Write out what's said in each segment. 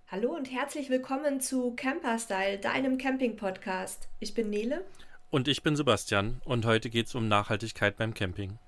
Hallo und herzlich willkommen zu Camperstyle, deinem Camping-Podcast. Ich bin Nele Und ich bin Sebastian und heute geht es um Nachhaltigkeit beim Camping.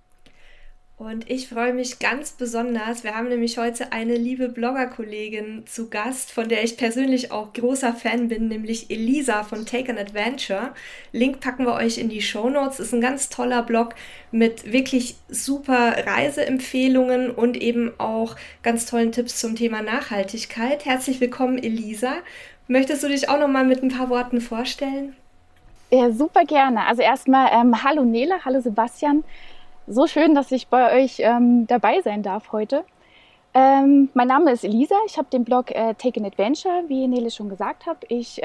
und ich freue mich ganz besonders. Wir haben nämlich heute eine liebe Blogger-Kollegin zu Gast, von der ich persönlich auch großer Fan bin, nämlich Elisa von Take an Adventure. Link packen wir euch in die Shownotes. Ist ein ganz toller Blog mit wirklich super Reiseempfehlungen und eben auch ganz tollen Tipps zum Thema Nachhaltigkeit. Herzlich willkommen, Elisa. Möchtest du dich auch noch mal mit ein paar Worten vorstellen? Ja, super gerne. Also erstmal hallo Nele, hallo Sebastian. So schön, dass ich bei euch dabei sein darf heute. Mein Name ist Elisa. Ich habe den Blog Take an Adventure, wie Nele schon gesagt hat. Ich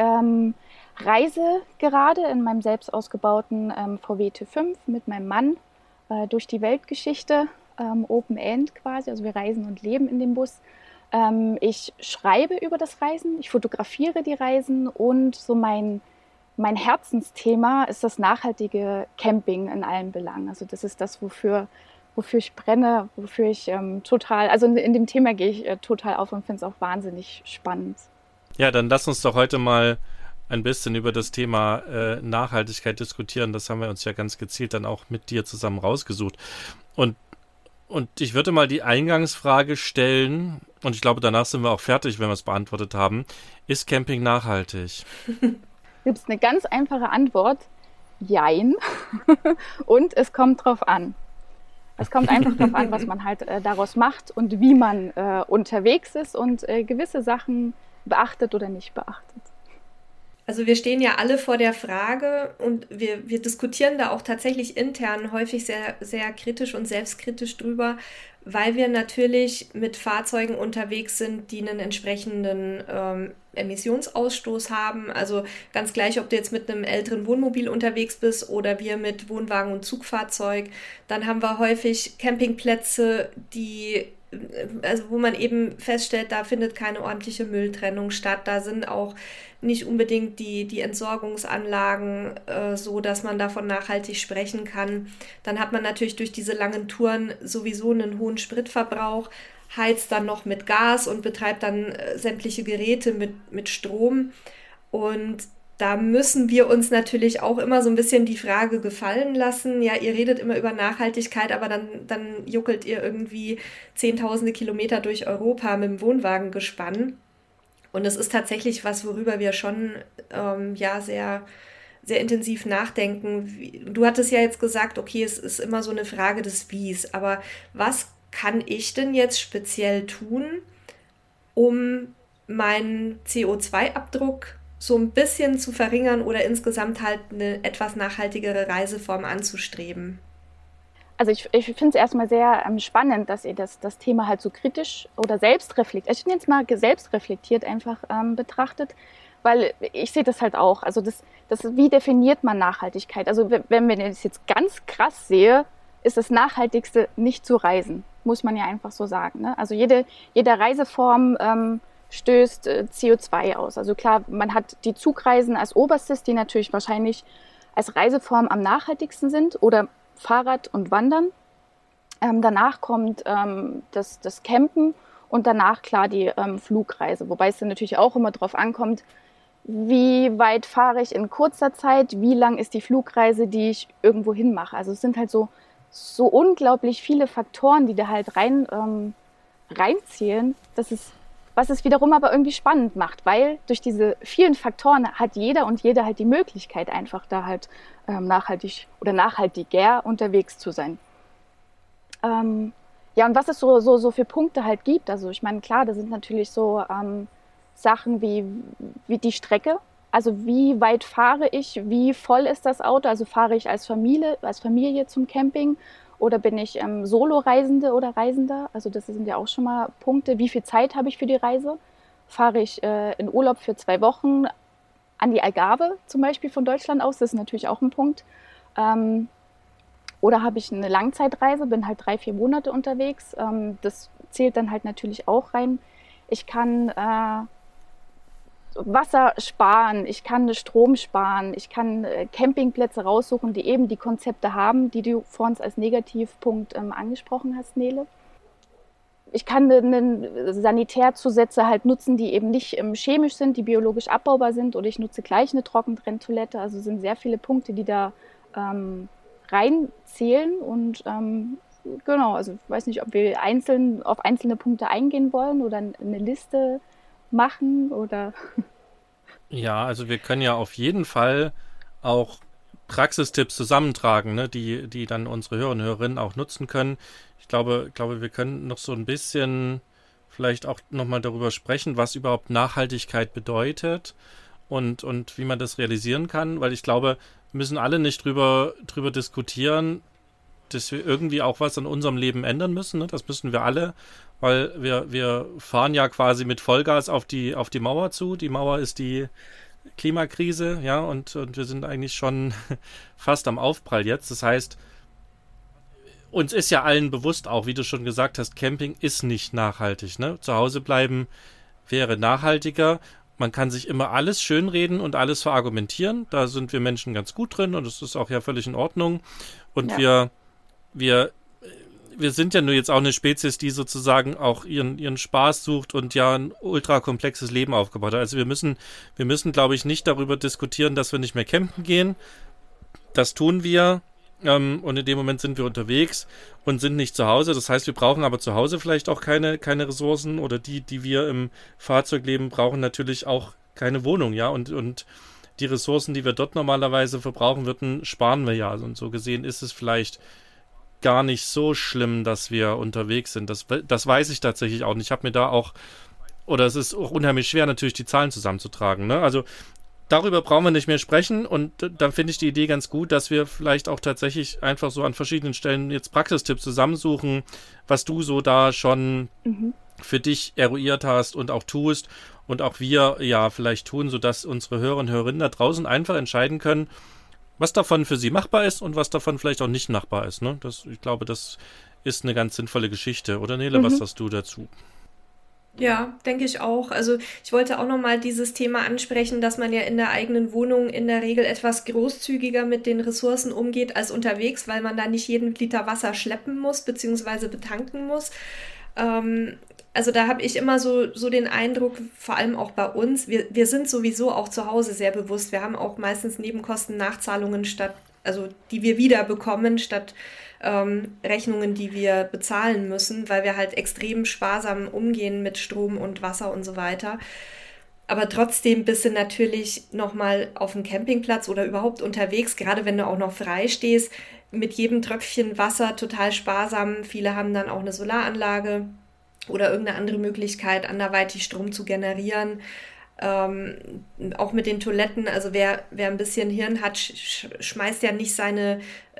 reise gerade in meinem selbst ausgebauten VW T5 mit meinem Mann durch die Weltgeschichte, Open End quasi. Also wir reisen und leben in dem Bus. Ich schreibe über das Reisen, ich fotografiere die Reisen und so mein Herzensthema ist das nachhaltige Camping in allen Belangen. Also das ist das, wofür ich brenne, wofür ich total, also in dem Thema gehe ich total auf und finde es auch wahnsinnig spannend. Ja, dann lass uns doch heute mal ein bisschen über das Thema Nachhaltigkeit diskutieren. Das haben wir uns ja ganz gezielt dann auch mit dir zusammen rausgesucht. Und, und ich würde mal die Eingangsfrage stellen, und ich glaube, danach sind wir auch fertig, wenn wir es beantwortet haben. Ist Camping nachhaltig? Gibt es eine ganz einfache Antwort? Jein. Und es kommt drauf an. Es kommt einfach darauf an, was man halt daraus macht und wie man unterwegs ist und gewisse Sachen beachtet oder nicht beachtet. Also wir stehen ja alle vor der Frage und wir diskutieren da auch tatsächlich intern häufig sehr, sehr kritisch und selbstkritisch drüber, weil wir natürlich mit Fahrzeugen unterwegs sind, die einen entsprechenden Emissionsausstoß haben. Also ganz gleich, ob du jetzt mit einem älteren Wohnmobil unterwegs bist oder wir mit Wohnwagen und Zugfahrzeug. Dann haben wir häufig Campingplätze, also wo man eben feststellt, da findet keine ordentliche Mülltrennung statt. Da sind auch nicht unbedingt die Entsorgungsanlagen so, dass man davon nachhaltig sprechen kann. Dann hat man natürlich durch diese langen Touren sowieso einen hohen Spritverbrauch, heizt dann noch mit Gas und betreibt dann sämtliche Geräte mit Strom. Und da müssen wir uns natürlich auch immer so ein bisschen die Frage gefallen lassen. Ja, ihr redet immer über Nachhaltigkeit, aber dann juckelt ihr irgendwie zehntausende Kilometer durch Europa mit dem Wohnwagengespann. Und es ist tatsächlich was, worüber wir schon ja sehr, sehr intensiv nachdenken. Du hattest ja jetzt gesagt, okay, es ist immer so eine Frage des Wies, aber was kann ich denn jetzt speziell tun, um meinen CO2-Abdruck so ein bisschen zu verringern oder insgesamt halt eine etwas nachhaltigere Reiseform anzustreben? Also ich finde es erstmal sehr spannend, dass ihr das Thema halt so kritisch oder selbstreflektiert, ich nenne es mal selbstreflektiert einfach betrachtet, weil ich sehe das halt auch. Also wie definiert man Nachhaltigkeit? Also wenn wir das jetzt ganz krass sehe, ist das Nachhaltigste nicht zu reisen, muss man ja einfach so sagen. Ne? Also jede Reiseform stößt CO2 aus. Also klar, man hat die Zugreisen als oberstes, die natürlich wahrscheinlich als Reiseform am nachhaltigsten sind oder Fahrrad und Wandern. Danach kommt das Campen und danach klar die Flugreise. Wobei es dann natürlich auch immer darauf ankommt, wie weit fahre ich in kurzer Zeit, wie lang ist die Flugreise, die ich irgendwo hin mache. Also es sind halt so unglaublich viele Faktoren, die da halt reinzählen, was es wiederum aber irgendwie spannend macht, weil durch diese vielen Faktoren hat jeder und jede halt die Möglichkeit, einfach da halt nachhaltig oder nachhaltiger unterwegs zu sein. Ja, und was es so für Punkte halt gibt, also ich meine, klar, da sind natürlich so Sachen wie die Strecke, also wie weit fahre ich, wie voll ist das Auto, also fahre ich als Familie zum Camping oder bin ich Solo-Reisende oder Reisender, also das sind ja auch schon mal Punkte, wie viel Zeit habe ich für die Reise, fahre ich in Urlaub für 2 Wochen an die Algarve zum Beispiel von Deutschland aus, das ist natürlich auch ein Punkt. Oder habe ich eine Langzeitreise, bin halt 3, 4 Monate unterwegs. Das zählt dann halt natürlich auch rein. Ich kann Wasser sparen, ich kann Strom sparen, ich kann Campingplätze raussuchen, die eben die Konzepte haben, die du vor uns als Negativpunkt angesprochen hast, Nele. ich kann Sanitärzusätze halt nutzen, die eben nicht chemisch sind, die biologisch abbaubar sind, oder ich nutze gleich eine Trockentrenntoilette. Also sind sehr viele Punkte, die da reinzählen. Und genau, also ich weiß nicht, ob wir auf einzelne Punkte eingehen wollen oder eine Liste machen oder. Ja, also wir können ja auf jeden Fall auch Praxistipps zusammentragen, ne, die dann unsere Hörer und Hörerinnen auch nutzen können. Ich glaube, wir können noch so ein bisschen vielleicht auch nochmal darüber sprechen, was überhaupt Nachhaltigkeit bedeutet und wie man das realisieren kann, weil ich glaube, wir müssen alle nicht drüber diskutieren, dass wir irgendwie auch was an unserem Leben ändern müssen. Ne? Das müssen wir alle, weil wir fahren ja quasi mit Vollgas auf die Mauer zu. Die Mauer ist die Klimakrise, ja, und wir sind eigentlich schon fast am Aufprall jetzt. Das heißt, uns ist ja allen bewusst auch, wie du schon gesagt hast, Camping ist nicht nachhaltig. Ne? Zu Hause bleiben wäre nachhaltiger. Man kann sich immer alles schönreden und alles verargumentieren. Da sind wir Menschen ganz gut drin und das ist auch ja völlig in Ordnung. Und Ja. wir sind ja nur jetzt auch eine Spezies, die sozusagen auch ihren Spaß sucht und ja ein ultra komplexes Leben aufgebaut hat. Also wir müssen, glaube ich, nicht darüber diskutieren, dass wir nicht mehr campen gehen. Das tun wir. Und in dem Moment sind wir unterwegs und sind nicht zu Hause. Das heißt, wir brauchen aber zu Hause vielleicht auch keine Ressourcen oder die wir im Fahrzeug leben, brauchen natürlich auch keine Wohnung, ja. Und die Ressourcen, die wir dort normalerweise verbrauchen würden, sparen wir ja. Also, und so gesehen ist es vielleicht gar nicht so schlimm, dass wir unterwegs sind. Das weiß ich tatsächlich auch nicht. Ich habe mir da auch, oder es ist auch unheimlich schwer, natürlich die Zahlen zusammenzutragen. Ne? Also darüber brauchen wir nicht mehr sprechen und dann finde ich die Idee ganz gut, dass wir vielleicht auch tatsächlich einfach so an verschiedenen Stellen jetzt Praxistipps zusammensuchen, was du so da schon für dich eruiert hast und auch tust und auch wir ja vielleicht tun, sodass unsere Hörer und Hörerinnen da draußen einfach entscheiden können, was davon für sie machbar ist und was davon vielleicht auch nicht machbar ist. Ne? Ich glaube, das ist eine ganz sinnvolle Geschichte. Oder Nele, was sagst du dazu? Ja, denke ich auch. Also ich wollte auch nochmal dieses Thema ansprechen, dass man ja in der eigenen Wohnung in der Regel etwas großzügiger mit den Ressourcen umgeht als unterwegs, weil man da nicht jeden Liter Wasser schleppen muss, beziehungsweise betanken muss. Also da habe ich immer so den Eindruck, vor allem auch bei uns, wir sind sowieso auch zu Hause sehr bewusst. Wir haben auch meistens Nebenkosten, Nachzahlungen also die wir wieder bekommen, statt Rechnungen, die wir bezahlen müssen, weil wir halt extrem sparsam umgehen mit Strom und Wasser und so weiter. Aber trotzdem bist du natürlich nochmal auf dem Campingplatz oder überhaupt unterwegs, gerade wenn du auch noch frei stehst, mit jedem Tröpfchen Wasser total sparsam. Viele haben dann auch eine Solaranlage oder irgendeine andere Möglichkeit, anderweitig Strom zu generieren. Auch mit den Toiletten, also wer ein bisschen Hirn hat, schmeißt ja nicht seine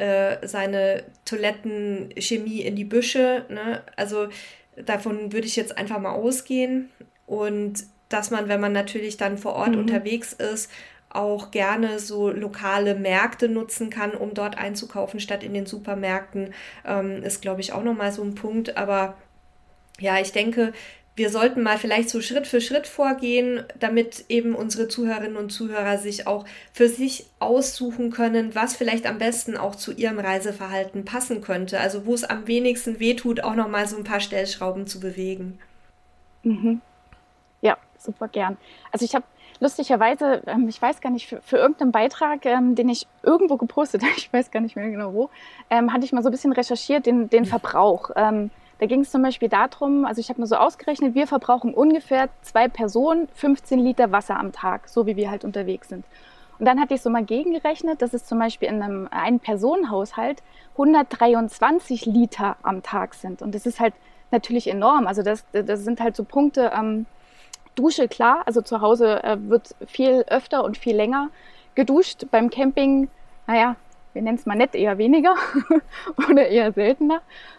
Toilettenchemie in die Büsche. Ne? Also davon würde ich jetzt einfach mal ausgehen. Und dass man, wenn man natürlich dann vor Ort unterwegs ist, auch gerne so lokale Märkte nutzen kann, um dort einzukaufen, statt in den Supermärkten, ist, glaube ich, auch nochmal so ein Punkt. Aber ja, ich denke, wir sollten mal vielleicht so Schritt für Schritt vorgehen, damit eben unsere Zuhörerinnen und Zuhörer sich auch für sich aussuchen können, was vielleicht am besten auch zu ihrem Reiseverhalten passen könnte. Also wo es am wenigsten wehtut, auch nochmal so ein paar Stellschrauben zu bewegen. Mhm. Ja, super gern. Also ich habe lustigerweise, ich weiß gar nicht, für irgendeinen Beitrag, den ich irgendwo gepostet habe, ich weiß gar nicht mehr genau wo, hatte ich mal so ein bisschen recherchiert, den Verbrauch. Da ging es zum Beispiel darum, also ich habe mir so ausgerechnet, wir verbrauchen ungefähr 2 Personen 15 Liter Wasser am Tag, so wie wir halt unterwegs sind. Und dann hatte ich so mal gegengerechnet, dass es zum Beispiel in einem Ein-Personen-Haushalt 123 Liter am Tag sind. Und das ist halt natürlich enorm. Also das sind halt so Punkte, Dusche, klar, also zu Hause wird viel öfter und viel länger geduscht. Beim Camping, naja, wir nennen es mal nett, eher weniger oder eher seltener.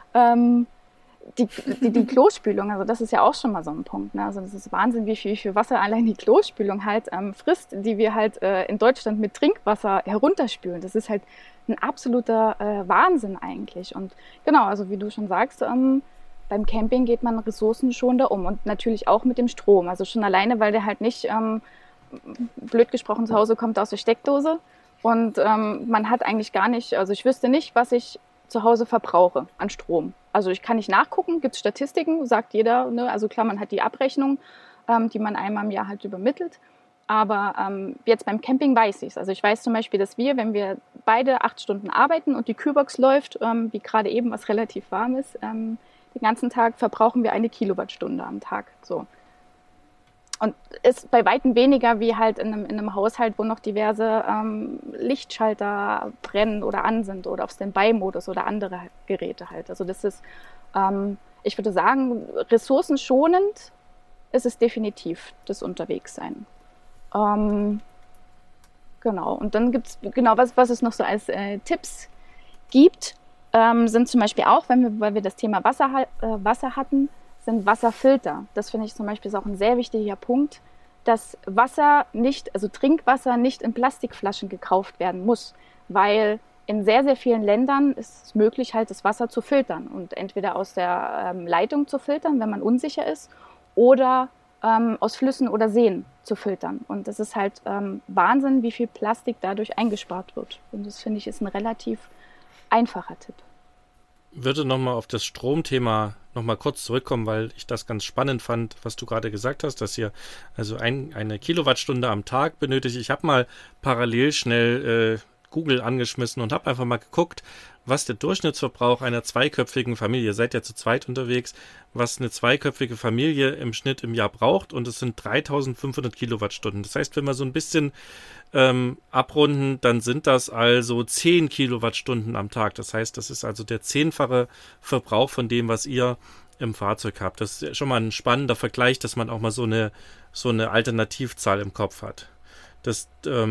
Die Klospülung, also das ist ja auch schon mal so ein Punkt. Ne? Also das ist Wahnsinn, wie viel Wasser allein die Klospülung halt frisst, die wir halt in Deutschland mit Trinkwasser herunterspülen. Das ist halt ein absoluter Wahnsinn eigentlich. Und genau, also wie du schon sagst, beim Camping geht man ressourcenschonender um und natürlich auch mit dem Strom. Also schon alleine, weil der halt nicht, blöd gesprochen, zu Hause kommt aus der Steckdose und man hat eigentlich gar nicht, also ich wüsste nicht, was ich zu Hause verbrauche an Strom. Also ich kann nicht nachgucken, gibt es Statistiken, sagt jeder, ne? Also klar, man hat die Abrechnung, die man einmal im Jahr halt übermittelt. Aber jetzt beim Camping weiß ich es. Also ich weiß zum Beispiel, dass wir, wenn wir beide 8 Stunden arbeiten und die Kühlbox läuft, wie gerade eben, was relativ warm ist, den ganzen Tag verbrauchen wir 1 Kilowattstunde am Tag. So. Und ist bei weitem weniger wie halt in einem Haushalt, wo noch diverse Lichtschalter brennen oder an sind oder auf Standby-Modus oder andere Geräte halt. Also das ist, ich würde sagen, ressourcenschonend ist es definitiv das Unterwegssein. Genau, und dann gibt es, genau, was es noch so als Tipps gibt, sind zum Beispiel auch, weil wir das Thema Wasser hatten, sind Wasserfilter. Das finde ich zum Beispiel ist auch ein sehr wichtiger Punkt, dass Wasser nicht, also Trinkwasser nicht in Plastikflaschen gekauft werden muss, weil in sehr, sehr vielen Ländern ist es möglich, halt das Wasser zu filtern und entweder aus der Leitung zu filtern, wenn man unsicher ist, oder aus Flüssen oder Seen zu filtern. Und das ist halt Wahnsinn, wie viel Plastik dadurch eingespart wird. Und das finde ich ist ein relativ einfacher Tipp. Würde nochmal auf das Stromthema nochmal kurz zurückkommen, weil ich das ganz spannend fand, was du gerade gesagt hast, dass ihr also eine Kilowattstunde am Tag benötigt. Ich habe mal parallel schnell Google angeschmissen und habe einfach mal geguckt, was der Durchschnittsverbrauch einer zweiköpfigen Familie, ihr seid ja zu zweit unterwegs, was eine zweiköpfige Familie im Schnitt im Jahr braucht, und es sind 3500 Kilowattstunden. Das heißt, wenn wir so ein bisschen abrunden, dann sind das also 10 Kilowattstunden am Tag. Das heißt, das ist also der 10-fache Verbrauch von dem, was ihr im Fahrzeug habt. Das ist schon mal ein spannender Vergleich, dass man auch mal so eine Alternativzahl im Kopf hat. Das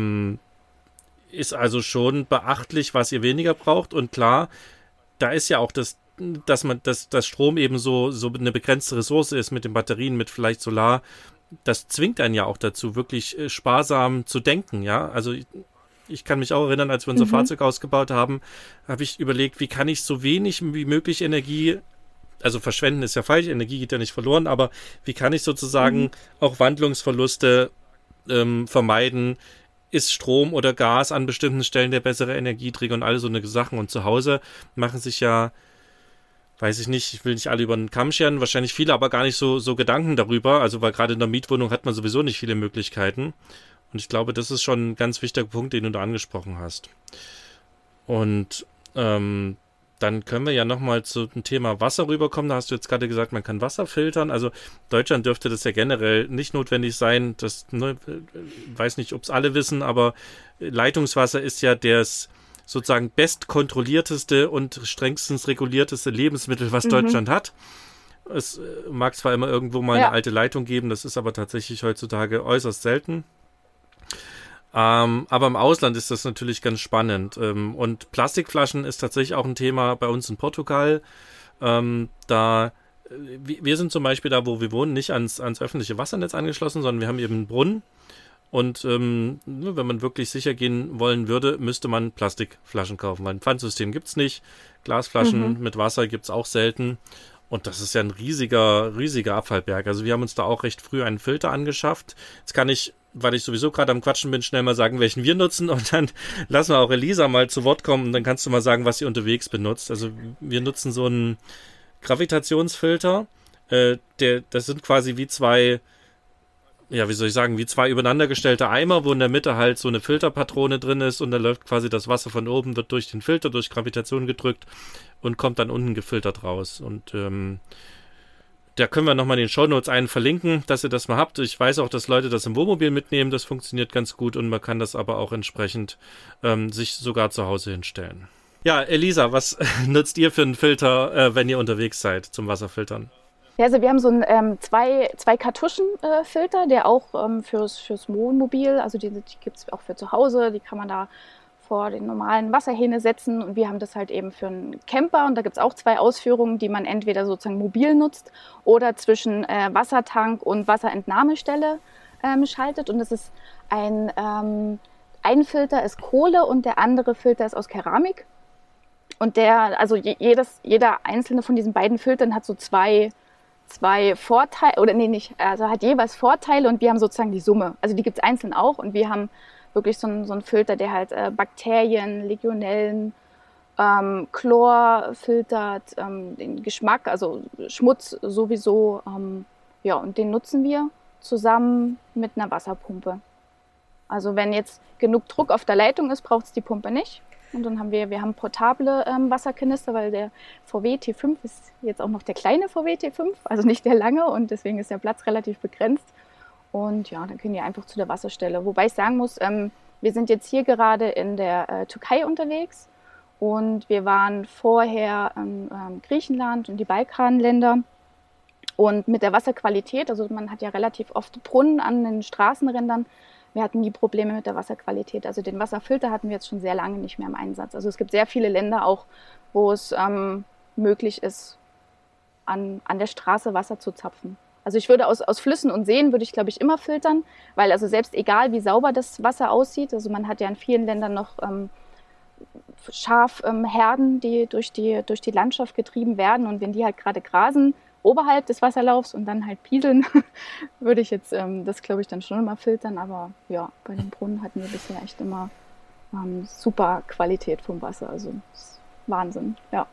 ist also schon beachtlich, was ihr weniger braucht. Und klar, da ist ja auch dass Strom eben so eine begrenzte Ressource ist mit den Batterien, mit vielleicht Solar. Das zwingt einen ja auch dazu, wirklich sparsam zu denken, ja. Also ich kann mich auch erinnern, als wir unser Fahrzeug ausgebaut haben, habe ich überlegt, wie kann ich so wenig wie möglich Energie, also verschwenden ist ja falsch, Energie geht ja nicht verloren, aber wie kann ich sozusagen auch Wandlungsverluste vermeiden? Ist Strom oder Gas an bestimmten Stellen der bessere Energieträger und all so eine Sachen. Und zu Hause machen sich ja, weiß ich nicht, ich will nicht alle über den Kamm scheren, wahrscheinlich viele, aber gar nicht so Gedanken darüber. Also weil gerade in der Mietwohnung hat man sowieso nicht viele Möglichkeiten. Und ich glaube, das ist schon ein ganz wichtiger Punkt, den du da angesprochen hast. Und dann können wir ja nochmal zu dem Thema Wasser rüberkommen. Da hast du jetzt gerade gesagt, man kann Wasser filtern. Also Deutschland dürfte das ja generell nicht notwendig sein. Das weiß nicht, ob es alle wissen, aber Leitungswasser ist ja das sozusagen bestkontrollierteste und strengstens regulierteste Lebensmittel, was Deutschland hat. Es mag zwar immer irgendwo mal eine alte Leitung geben, das ist aber tatsächlich heutzutage äußerst selten. Aber im Ausland ist das natürlich ganz spannend. Und Plastikflaschen ist tatsächlich auch ein Thema bei uns in Portugal. Wir sind zum Beispiel da, wo wir wohnen, nicht ans öffentliche Wassernetz angeschlossen, sondern wir haben eben einen Brunnen. Und wenn man wirklich sicher gehen wollen würde, müsste man Plastikflaschen kaufen, weil ein Pfandsystem gibt es nicht. Glasflaschen mit Wasser gibt es auch selten. Und das ist ja ein riesiger Abfallberg. Also wir haben uns da auch recht früh einen Filter angeschafft. Jetzt kann ich, weil ich sowieso gerade am Quatschen bin, schnell mal sagen, welchen wir nutzen. Und dann lassen wir auch Elisa mal zu Wort kommen. Und dann kannst du mal sagen, was sie unterwegs benutzt. Also wir nutzen so einen Gravitationsfilter. Das sind quasi wie zwei übereinander gestellte Eimer, wo in der Mitte halt so eine Filterpatrone drin ist und da läuft quasi das Wasser von oben, wird durch den Filter, durch Gravitation gedrückt und kommt dann unten gefiltert raus. Und da können wir nochmal in den Shownotes einen verlinken, dass ihr das mal habt. Ich weiß auch, dass Leute das im Wohnmobil mitnehmen, das funktioniert ganz gut und man kann das aber auch entsprechend sich sogar zu Hause hinstellen. Ja, Elisa, was nutzt ihr für einen Filter, wenn ihr unterwegs seid zum Wasserfiltern? Ja, also wir haben so einen zwei Kartuschenfilter, der auch fürs Wohnmobil, also die gibt es auch für zu Hause, die kann man da vor den normalen Wasserhähne setzen und wir haben das halt eben für einen Camper und da gibt es auch 2 Ausführungen, die man entweder sozusagen mobil nutzt oder zwischen Wassertank und Wasserentnahmestelle schaltet und das ist ein Filter ist Kohle und der andere Filter ist aus Keramik und jeder einzelne von diesen beiden Filtern hat so zwei Vorteile, oder nee, nicht, also hat jeweils Vorteile und wir haben sozusagen die Summe. Also die gibt es einzeln auch und wir haben wirklich so einen Filter, der halt Bakterien, Legionellen, Chlor filtert den Geschmack, also Schmutz sowieso. Ja, und den nutzen wir zusammen mit einer Wasserpumpe. Also wenn jetzt genug Druck auf der Leitung ist, braucht es die Pumpe nicht. Und dann haben wir haben portable Wasserkanister, weil der VW T5 ist jetzt auch noch der kleine VW T5, also nicht der lange, und deswegen ist der Platz relativ begrenzt. Und ja, dann können die einfach zu der Wasserstelle. Wobei ich sagen muss, wir sind jetzt hier gerade in der Türkei unterwegs und wir waren vorher in Griechenland und die Balkanländer. Und mit der Wasserqualität, also man hat ja relativ oft Brunnen an den Straßenrändern, wir hatten nie Probleme mit der Wasserqualität. Also den Wasserfilter hatten wir jetzt schon sehr lange nicht mehr im Einsatz. Also es gibt sehr viele Länder auch, wo es möglich ist, an der Straße Wasser zu zapfen. Also ich würde aus Flüssen und Seen würde ich, glaube ich, immer filtern, weil also selbst egal, wie sauber das Wasser aussieht, also man hat ja in vielen Ländern noch Schafherden, die durch die Landschaft getrieben werden, und wenn die halt gerade grasen oberhalb des Wasserlaufs und dann halt pieseln, würde ich jetzt das, glaube ich, dann schon immer filtern. Aber ja, bei den Brunnen hatten wir bisher echt immer super Qualität vom Wasser. Also das ist Wahnsinn, ja.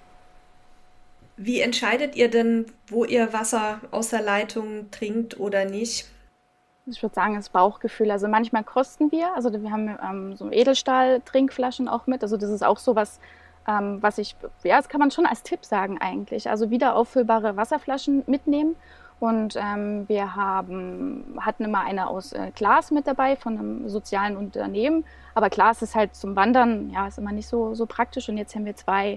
Wie entscheidet ihr denn, wo ihr Wasser aus der Leitung trinkt oder nicht? Ich würde sagen, das Bauchgefühl. Also manchmal kosten wir, also wir haben so Edelstahl-Trinkflaschen auch mit. Also das ist auch so was, was ja, das kann man schon als Tipp sagen eigentlich. Also wieder auffüllbare Wasserflaschen mitnehmen. Und wir hatten immer eine aus Glas mit dabei von einem sozialen Unternehmen. Aber Glas ist halt zum Wandern, ja, ist immer nicht so praktisch. Und jetzt haben wir zwei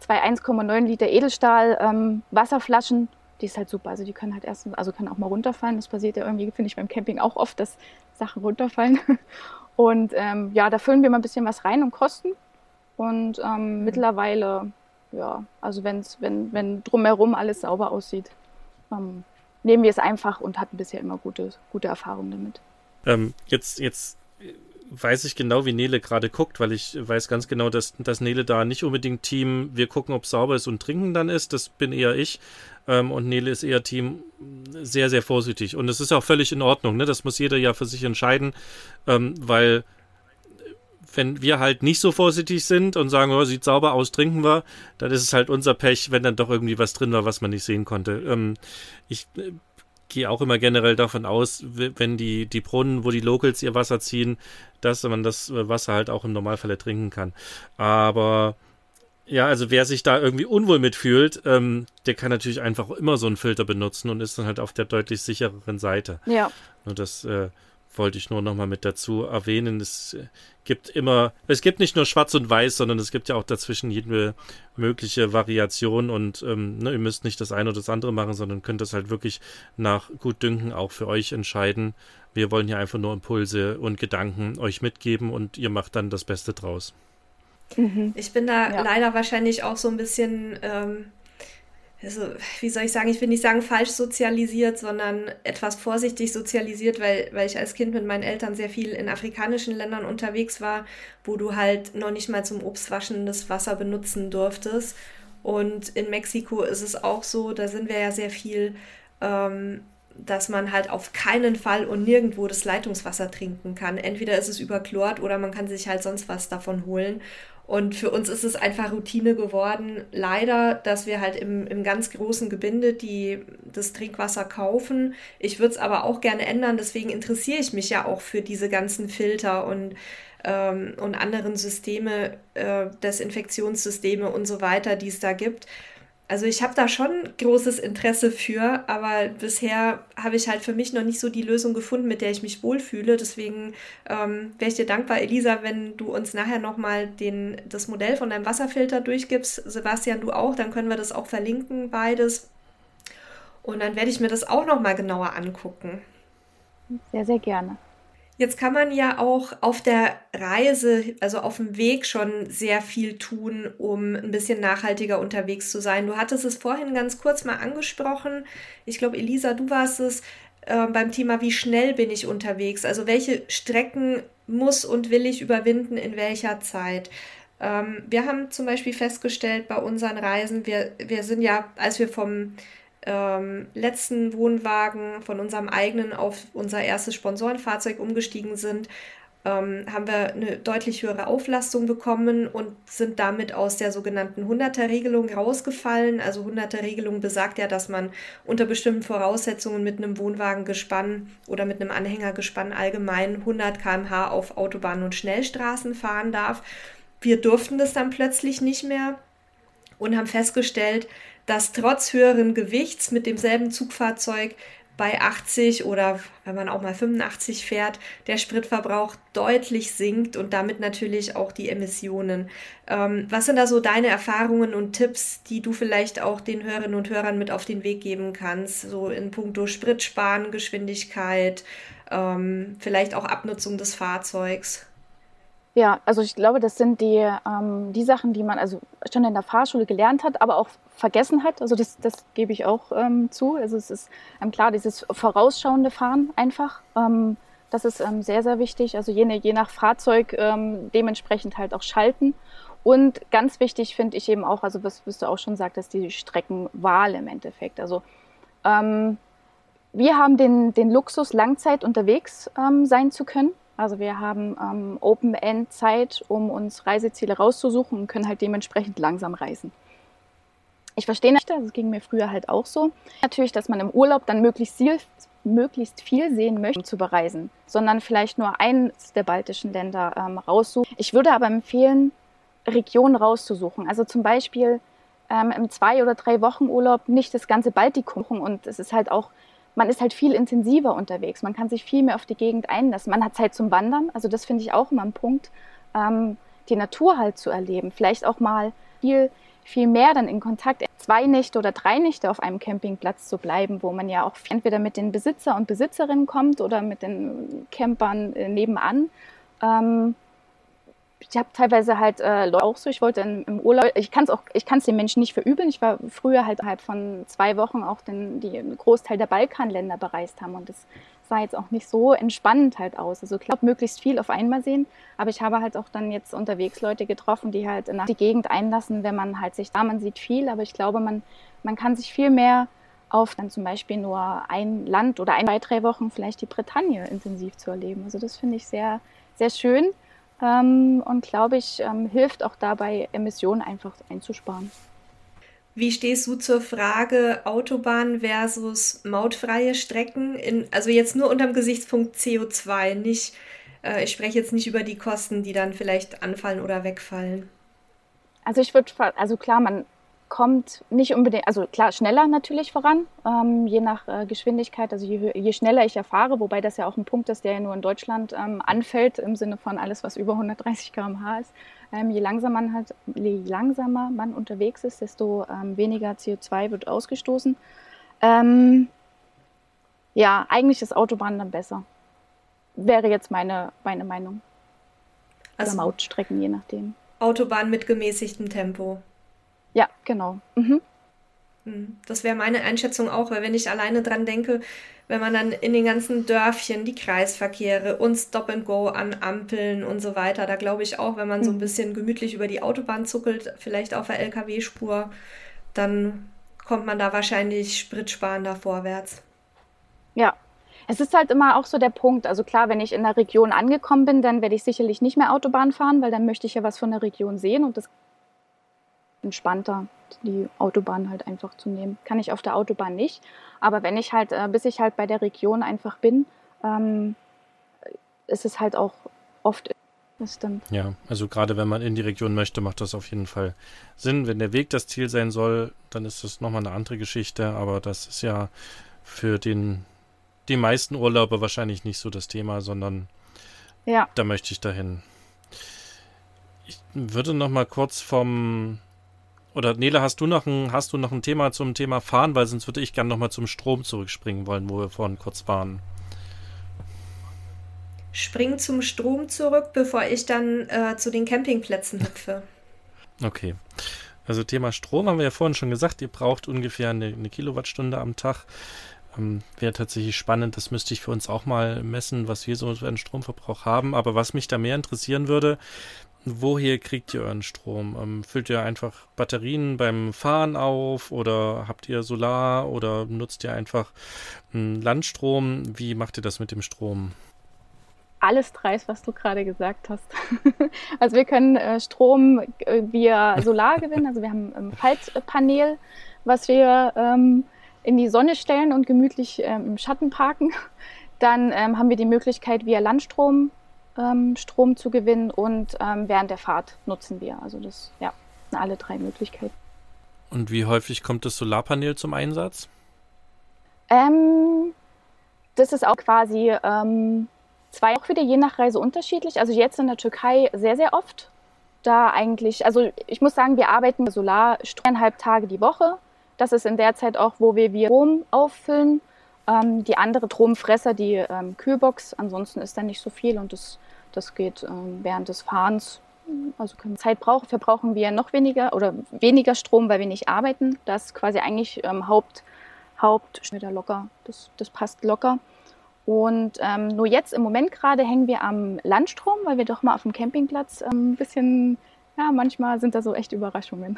1,9 Liter Edelstahl Wasserflaschen. Die ist halt super. Also die können halt können auch mal runterfallen. Das passiert ja irgendwie, finde ich, beim Camping auch oft, dass Sachen runterfallen. Und ja, da füllen wir mal ein bisschen was rein und kosten. Und mittlerweile, ja, also wenn drumherum alles sauber aussieht, nehmen wir es einfach und hatten bisher immer gute Erfahrungen damit. Jetzt weiß ich genau, wie Nele gerade guckt, weil ich weiß ganz genau, dass Nele da nicht unbedingt Team, wir gucken, ob es sauber ist und trinken dann ist. Das bin eher ich. Und Nele ist eher Team sehr, sehr vorsichtig. Und es ist auch völlig in Ordnung, ne? Das muss jeder ja für sich entscheiden, weil wenn wir halt nicht so vorsichtig sind und sagen, oh, sieht sauber aus, trinken wir, dann ist es halt unser Pech, wenn dann doch irgendwie was drin war, was man nicht sehen konnte. Ich gehe auch immer generell davon aus, wenn die Brunnen, wo die Locals ihr Wasser ziehen, dass man das Wasser halt auch im Normalfall trinken kann. Aber ja, also wer sich da irgendwie unwohl mitfühlt, der kann natürlich einfach immer so einen Filter benutzen und ist dann halt auf der deutlich sichereren Seite. Ja. Und das wollte ich nur nochmal mit dazu erwähnen. Es gibt nicht nur schwarz und weiß, sondern es gibt ja auch dazwischen jede mögliche Variation und ihr müsst nicht das eine oder das andere machen, sondern könnt das halt wirklich nach Gutdünken auch für euch entscheiden. Wir wollen hier einfach nur Impulse und Gedanken euch mitgeben und ihr macht dann das Beste draus. Ich bin da leider wahrscheinlich auch so ein bisschen, also, wie soll ich sagen, ich will nicht sagen falsch sozialisiert, sondern etwas vorsichtig sozialisiert, weil ich als Kind mit meinen Eltern sehr viel in afrikanischen Ländern unterwegs war, wo du halt noch nicht mal zum Obstwaschen das Wasser benutzen durftest. Und in Mexiko ist es auch so, da sind wir ja sehr viel, dass man halt auf keinen Fall und nirgendwo das Leitungswasser trinken kann. Entweder ist es überchlort oder man kann sich halt sonst was davon holen. Und für uns ist es einfach Routine geworden, leider, dass wir halt im ganz großen Gebinde das Trinkwasser kaufen. Ich würde es aber auch gerne ändern, deswegen interessiere ich mich ja auch für diese ganzen Filter und anderen Systeme, Desinfektionssysteme und so weiter, die es da gibt. Also ich habe da schon großes Interesse für, aber bisher habe ich halt für mich noch nicht so die Lösung gefunden, mit der ich mich wohlfühle. Deswegen wäre ich dir dankbar, Elisa, wenn du uns nachher nochmal das Modell von deinem Wasserfilter durchgibst. Sebastian, du auch, dann können wir das auch verlinken, beides. Und dann werde ich mir das auch nochmal genauer angucken. Sehr, sehr gerne. Jetzt kann man ja auch auf der Reise, also auf dem Weg schon sehr viel tun, um ein bisschen nachhaltiger unterwegs zu sein. Du hattest es vorhin ganz kurz mal angesprochen. Ich glaube, Elisa, du warst es beim Thema, wie schnell bin ich unterwegs? Also welche Strecken muss und will ich überwinden in welcher Zeit? Wir haben zum Beispiel festgestellt bei unseren Reisen, wir sind ja, als wir vom letzten Wohnwagen von unserem eigenen auf unser erstes Sponsorenfahrzeug umgestiegen sind, haben wir eine deutlich höhere Auflastung bekommen und sind damit aus der sogenannten 100er-Regelung rausgefallen. Also 100er-Regelung besagt ja, dass man unter bestimmten Voraussetzungen mit einem Wohnwagengespann oder mit einem Anhängergespann allgemein 100 km/h auf Autobahnen und Schnellstraßen fahren darf. Wir durften das dann plötzlich nicht mehr und haben festgestellt, dass trotz höheren Gewichts mit demselben Zugfahrzeug bei 80 oder wenn man auch mal 85 fährt, der Spritverbrauch deutlich sinkt und damit natürlich auch die Emissionen. Was sind da so deine Erfahrungen und Tipps, die du vielleicht auch den Hörerinnen und Hörern mit auf den Weg geben kannst, so in puncto Spritsparen, Geschwindigkeit, vielleicht auch Abnutzung des Fahrzeugs? Ja, also ich glaube, das sind die Sachen, die man also schon in der Fahrschule gelernt hat, aber auch vergessen hat. Also das gebe ich auch zu. Also es ist klar, dieses vorausschauende Fahren einfach. Das ist sehr, sehr wichtig. Also je nach Fahrzeug dementsprechend halt auch schalten. Und ganz wichtig finde ich eben auch, also was du auch schon sagtest, die Streckenwahl im Endeffekt. Also wir haben den Luxus, Langzeit unterwegs sein zu können. Also wir haben Open-End-Zeit, um uns Reiseziele rauszusuchen und können halt dementsprechend langsam reisen. Ich verstehe nicht, das ging mir früher halt auch so. Natürlich, dass man im Urlaub dann möglichst viel sehen möchte, um zu bereisen, sondern vielleicht nur eins der baltischen Länder raussuchen. Ich würde aber empfehlen, Regionen rauszusuchen. Also zum Beispiel im 2 oder 3 Wochen Urlaub nicht das ganze Baltikum. Und es ist halt auch, man ist halt viel intensiver unterwegs. Man kann sich viel mehr auf die Gegend einlassen. Man hat Zeit zum Wandern. Also das finde ich auch immer ein Punkt, die Natur halt zu erleben. Vielleicht auch mal viel mehr dann in Kontakt, 2 Nächte oder 3 Nächte auf einem Campingplatz zu bleiben, wo man ja auch entweder mit den Besitzer und Besitzerinnen kommt oder mit den Campern nebenan. Ich habe teilweise halt Leute auch so, ich wollte im Urlaub, ich kann es den Menschen nicht verübeln. Ich war früher halt von 2 Wochen auch den Großteil der Balkanländer bereist haben und das sah jetzt auch nicht so entspannend halt aus. Also ich glaube, möglichst viel auf einmal sehen, aber ich habe halt auch dann jetzt unterwegs Leute getroffen, die halt nach die Gegend einlassen, wenn man halt man sieht viel, aber ich glaube, man kann sich viel mehr auf dann zum Beispiel nur ein Land oder 2, 3 Wochen vielleicht die Bretagne intensiv zu erleben. Also das finde ich sehr, sehr schön. Und glaube ich, hilft auch dabei, Emissionen einfach einzusparen. Wie stehst du zur Frage Autobahn versus mautfreie Strecken? Also jetzt nur unter dem Gesichtspunkt CO2, nicht, ich spreche jetzt nicht über die Kosten, die dann vielleicht anfallen oder wegfallen. Also klar, man kommt nicht unbedingt, also klar, schneller natürlich voran, je nach Geschwindigkeit, also je schneller ich erfahre, wobei das ja auch ein Punkt ist, der ja nur in Deutschland anfällt, im Sinne von alles, was über 130 km/h ist. Je langsamer man unterwegs ist, desto weniger CO2 wird ausgestoßen. Ja, eigentlich ist Autobahn dann besser. Wäre jetzt meine Meinung. Oder Mautstrecken, je nachdem. Autobahn mit gemäßigtem Tempo. Ja, genau. Das wäre meine Einschätzung auch, weil wenn ich alleine dran denke, wenn man dann in den ganzen Dörfchen die Kreisverkehre und Stop and Go an Ampeln und so weiter, da glaube ich auch, wenn man so ein bisschen gemütlich über die Autobahn zuckelt, vielleicht auf der LKW-Spur, dann kommt man da wahrscheinlich spritsparender vorwärts. Ja, es ist halt immer auch so der Punkt. Also klar, wenn ich in der Region angekommen bin, dann werde ich sicherlich nicht mehr Autobahn fahren, weil dann möchte ich ja was von der Region sehen und das entspannter, die Autobahn halt einfach zu nehmen. Kann ich auf der Autobahn nicht. Aber wenn ich halt, bis ich halt bei der Region einfach bin, ist es halt auch oft. Das stimmt. Ja, also gerade wenn man in die Region möchte, macht das auf jeden Fall Sinn. Wenn der Weg das Ziel sein soll, dann ist das nochmal eine andere Geschichte. Aber das ist ja für die meisten Urlauber wahrscheinlich nicht so das Thema, sondern da möchte ich dahin. Ich würde noch mal kurz oder Nele, hast du noch ein Thema zum Thema Fahren? Weil sonst würde ich gerne noch mal zum Strom zurückspringen wollen, wo wir vorhin kurz waren. Spring zum Strom zurück, bevor ich dann zu den Campingplätzen hüpfe. Okay. Also Thema Strom haben wir ja vorhin schon gesagt, ihr braucht ungefähr eine Kilowattstunde am Tag. Wäre tatsächlich spannend, das müsste ich für uns auch mal messen, was wir so für einen Stromverbrauch haben. Aber was mich da mehr interessieren würde, woher kriegt ihr euren Strom? Füllt ihr einfach Batterien beim Fahren auf oder habt ihr Solar oder nutzt ihr einfach Landstrom? Wie macht ihr das mit dem Strom? alles dreist, was du gerade gesagt hast. Also wir können Strom via Solar gewinnen. Also wir haben ein Faltpanel, was wir in die Sonne stellen und gemütlich im Schatten parken. Dann haben wir die Möglichkeit, via Landstrom Strom zu gewinnen und während der Fahrt nutzen wir. Also das, ja, sind alle 3 Möglichkeiten. Und wie häufig kommt das Solarpanel zum Einsatz? Das ist auch quasi auch wieder je nach Reise unterschiedlich. Also jetzt in der Türkei sehr, sehr oft. Da eigentlich, also ich muss sagen, wir arbeiten Solar 1,5 Tage die Woche. Das ist in der Zeit auch, wo wir Strom auffüllen. Die andere Stromfresser, die Kühlbox, ansonsten ist da nicht so viel und das geht während des Fahrens. Also Zeit verbrauchen wir noch weniger Strom, weil wir nicht arbeiten. Das ist quasi eigentlich wieder locker. Das passt locker. Und nur jetzt im Moment gerade hängen wir am Landstrom, weil wir doch mal auf dem Campingplatz ein bisschen, ja, manchmal sind da so echt Überraschungen.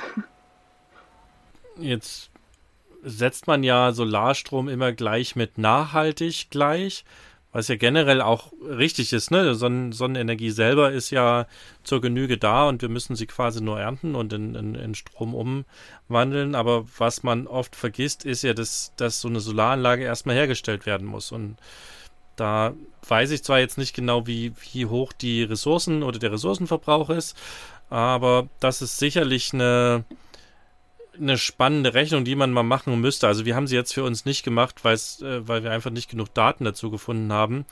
Jetzt setzt man ja Solarstrom immer gleich mit nachhaltig gleich, was ja generell auch richtig ist, ne? Sonnenenergie selber ist ja zur Genüge da und wir müssen sie quasi nur ernten und in Strom umwandeln. Aber was man oft vergisst, ist ja, dass so eine Solaranlage erstmal hergestellt werden muss. Und da weiß ich zwar jetzt nicht genau, wie hoch die Ressourcen oder der Ressourcenverbrauch ist, aber das ist sicherlich eine spannende Rechnung, die man mal machen müsste. Also wir haben sie jetzt für uns nicht gemacht, weil wir einfach nicht genug Daten dazu gefunden haben.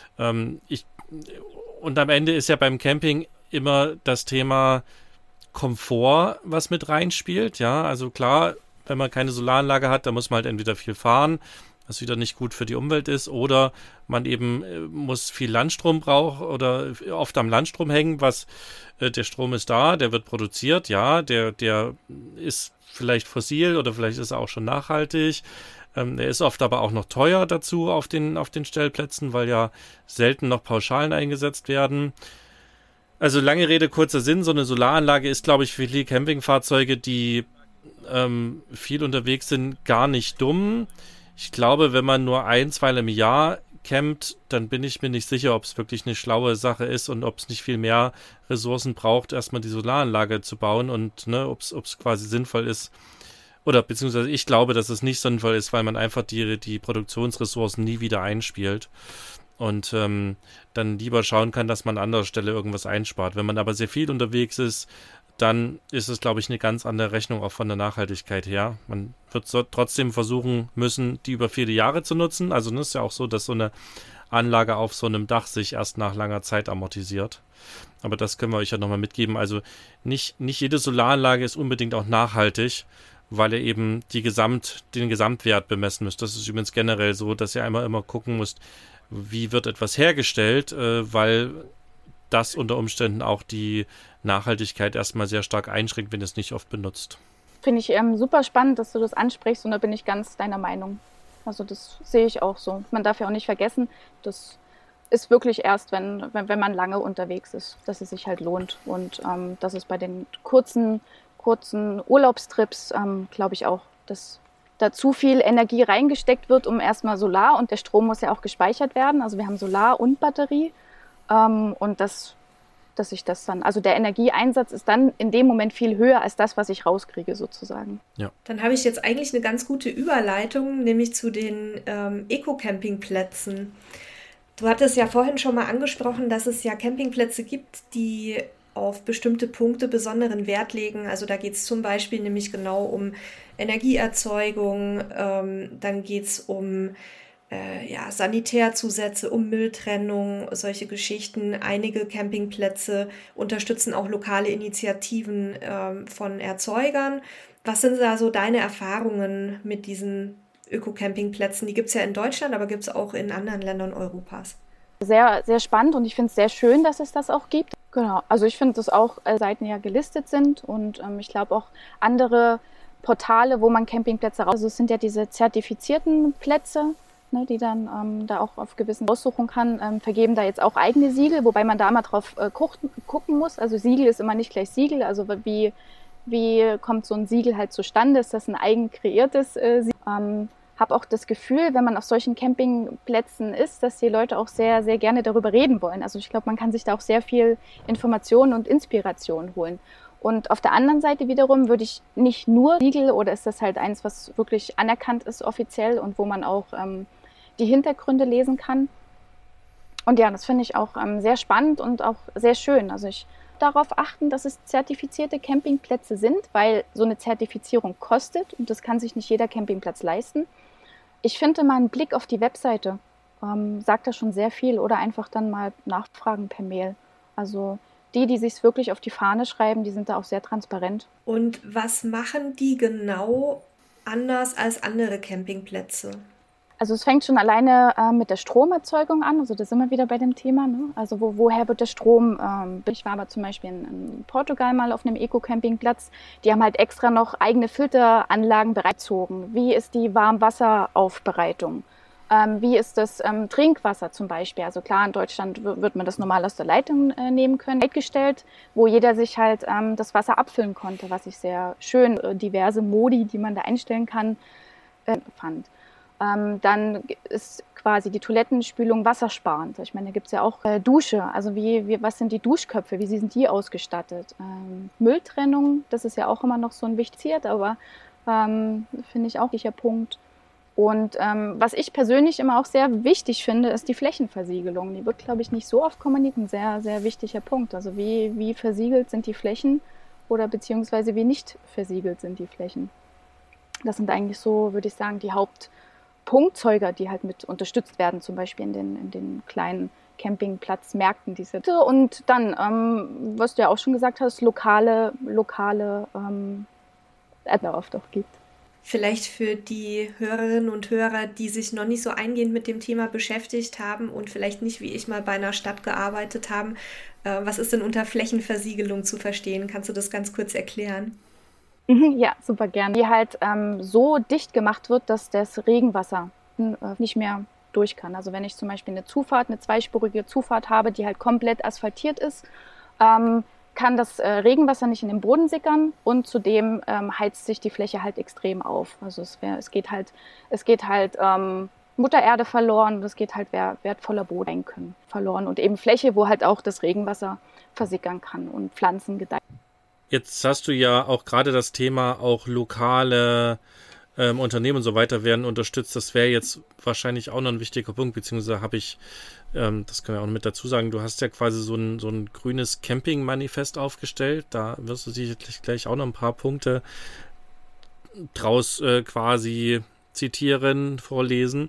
Und am Ende ist ja beim Camping immer das Thema Komfort, was mit reinspielt. Ja, also klar, wenn man keine Solaranlage hat, dann muss man halt entweder viel fahren, was wieder nicht gut für die Umwelt ist, oder man eben muss viel Landstrom brauchen oder oft am Landstrom hängen, der Strom ist da, der wird produziert, ja, der ist vielleicht fossil oder vielleicht ist er auch schon nachhaltig. Er ist oft aber auch noch teuer dazu auf den Stellplätzen, weil ja selten noch Pauschalen eingesetzt werden. Also lange Rede, kurzer Sinn, so eine Solaranlage ist, glaube ich, für viele Campingfahrzeuge, die viel unterwegs sind, gar nicht dumm. Ich glaube, wenn man nur 1-2 im Jahr campt, dann bin ich mir nicht sicher, ob es wirklich eine schlaue Sache ist und ob es nicht viel mehr Ressourcen braucht, erstmal die Solaranlage zu bauen und ob es quasi sinnvoll ist. Oder beziehungsweise ich glaube, dass es nicht sinnvoll ist, weil man einfach die Produktionsressourcen nie wieder einspielt und dann lieber schauen kann, dass man an anderer Stelle irgendwas einspart. Wenn man aber sehr viel unterwegs ist, dann ist es, glaube ich, eine ganz andere Rechnung auch von der Nachhaltigkeit her. Man wird trotzdem versuchen müssen, die über viele Jahre zu nutzen. Also es ist ja auch so, dass so eine Anlage auf so einem Dach sich erst nach langer Zeit amortisiert. Aber das können wir euch ja nochmal mitgeben. Also nicht jede Solaranlage ist unbedingt auch nachhaltig, weil ihr eben den Gesamtwert bemessen müsst. Das ist übrigens generell so, dass ihr einmal immer gucken müsst, wie wird etwas hergestellt, weil das unter Umständen auch die Nachhaltigkeit erstmal sehr stark einschränkt, wenn es nicht oft benutzt. Finde ich super spannend, dass du das ansprichst und da bin ich ganz deiner Meinung. Also das sehe ich auch so. Man darf ja auch nicht vergessen, das ist wirklich erst, wenn man lange unterwegs ist, dass es sich halt lohnt. Und dass es bei den kurzen Urlaubstrips, glaube ich auch, dass da zu viel Energie reingesteckt wird, um erstmal Solar und der Strom muss ja auch gespeichert werden. Also wir haben Solar und Batterie und dass ich das dann, also der Energieeinsatz ist dann in dem Moment viel höher als das, was ich rauskriege sozusagen. Ja. Dann habe ich jetzt eigentlich eine ganz gute Überleitung, nämlich zu den Eco-Campingplätzen. Du hattest ja vorhin schon mal angesprochen, dass es ja Campingplätze gibt, die auf bestimmte Punkte besonderen Wert legen. Also da geht es zum Beispiel nämlich genau um Energieerzeugung, dann geht es um Sanitärzusätze, um Mülltrennung, solche Geschichten. Einige Campingplätze unterstützen auch lokale Initiativen von Erzeugern. Was sind da so deine Erfahrungen mit diesen Öko-Campingplätzen? Die gibt es ja in Deutschland, aber gibt es auch in anderen Ländern Europas. Sehr, sehr spannend und ich finde es sehr schön, dass es das auch gibt. Genau, also ich finde, dass auch Seiten ja gelistet sind und ich glaube auch andere Portale, wo man Campingplätze also es sind ja diese zertifizierten Plätze, ne, die dann da auch auf gewissen aussuchen kann, vergeben da jetzt auch eigene Siegel, wobei man da mal drauf gucken muss. Also Siegel ist immer nicht gleich Siegel, also wie kommt so ein Siegel halt zustande? Ist das ein eigen kreiertes Siegel? habe auch das Gefühl, wenn man auf solchen Campingplätzen ist, dass die Leute auch sehr, sehr gerne darüber reden wollen. Also ich glaube, man kann sich da auch sehr viel Information und Inspiration holen. Und auf der anderen Seite wiederum würde ich nicht nur Siegel, oder ist das halt eins, was wirklich anerkannt ist offiziell und wo man auch die Hintergründe lesen kann. Und ja, das finde ich auch sehr spannend und auch sehr schön. Also ich darauf achten, dass es zertifizierte Campingplätze sind, weil so eine Zertifizierung kostet und das kann sich nicht jeder Campingplatz leisten. Ich finde mal einen Blick auf die Webseite sagt da schon sehr viel, oder einfach dann mal nachfragen per Mail. Also die sich es wirklich auf die Fahne schreiben, die sind da auch sehr transparent. Und was machen die genau anders als andere Campingplätze? Also es fängt schon alleine mit der Stromerzeugung an, also da sind wir wieder bei dem Thema, ne? Also woher wird der Strom? Ich war aber zum Beispiel in Portugal mal auf einem Eco-Campingplatz, die haben halt extra noch eigene Filteranlagen bereitgezogen. Wie ist die Warmwasseraufbereitung? Wie ist das Trinkwasser zum Beispiel? Also klar, in Deutschland wird man das normal aus der Leitung nehmen können. Bereitgestellt, wo jeder sich halt das Wasser abfüllen konnte, was ich sehr schön, diverse Modi, die man da einstellen kann, fand. Dann ist quasi die Toilettenspülung wassersparend. Ich meine, da gibt es ja auch Dusche. Also was sind die Duschköpfe? Wie sind die ausgestattet? Mülltrennung, das ist ja auch immer noch so ein wichtiges, aber finde ich auch ein wichtiger Punkt. Und was ich persönlich immer auch sehr wichtig finde, ist die Flächenversiegelung. Die wird, glaube ich, nicht so oft kommuniziert. Ein sehr, sehr wichtiger Punkt. Also wie versiegelt sind die Flächen oder beziehungsweise wie nicht versiegelt sind die Flächen. Das sind eigentlich so, würde ich sagen, die Hauptpunktzeuger, die halt mit unterstützt werden, zum Beispiel in den kleinen Campingplatzmärkten. Und dann, was du ja auch schon gesagt hast, lokale oft auch gibt. Vielleicht für die Hörerinnen und Hörer, die sich noch nicht so eingehend mit dem Thema beschäftigt haben und vielleicht nicht wie ich mal bei einer Stadt gearbeitet haben, was ist denn unter Flächenversiegelung zu verstehen? Kannst du das ganz kurz erklären? Ja, super gern. Die halt so dicht gemacht wird, dass das Regenwasser nicht mehr durch kann. Also wenn ich zum Beispiel eine zweispurige Zufahrt habe, die halt komplett asphaltiert ist, kann das Regenwasser nicht in den Boden sickern und zudem heizt sich die Fläche halt extrem auf. Also es geht halt Mutter Erde verloren und es geht halt wertvoller Boden verloren und eben Fläche, wo halt auch das Regenwasser versickern kann und Pflanzen gedeihen. Jetzt hast du ja auch gerade das Thema, auch lokale Unternehmen und so weiter werden unterstützt. Das wäre jetzt wahrscheinlich auch noch ein wichtiger Punkt, beziehungsweise habe ich, das können wir auch mit dazu sagen, du hast ja quasi so ein grünes Camping-Manifest aufgestellt. Da wirst du sicherlich gleich auch noch ein paar Punkte draus quasi zitieren, vorlesen.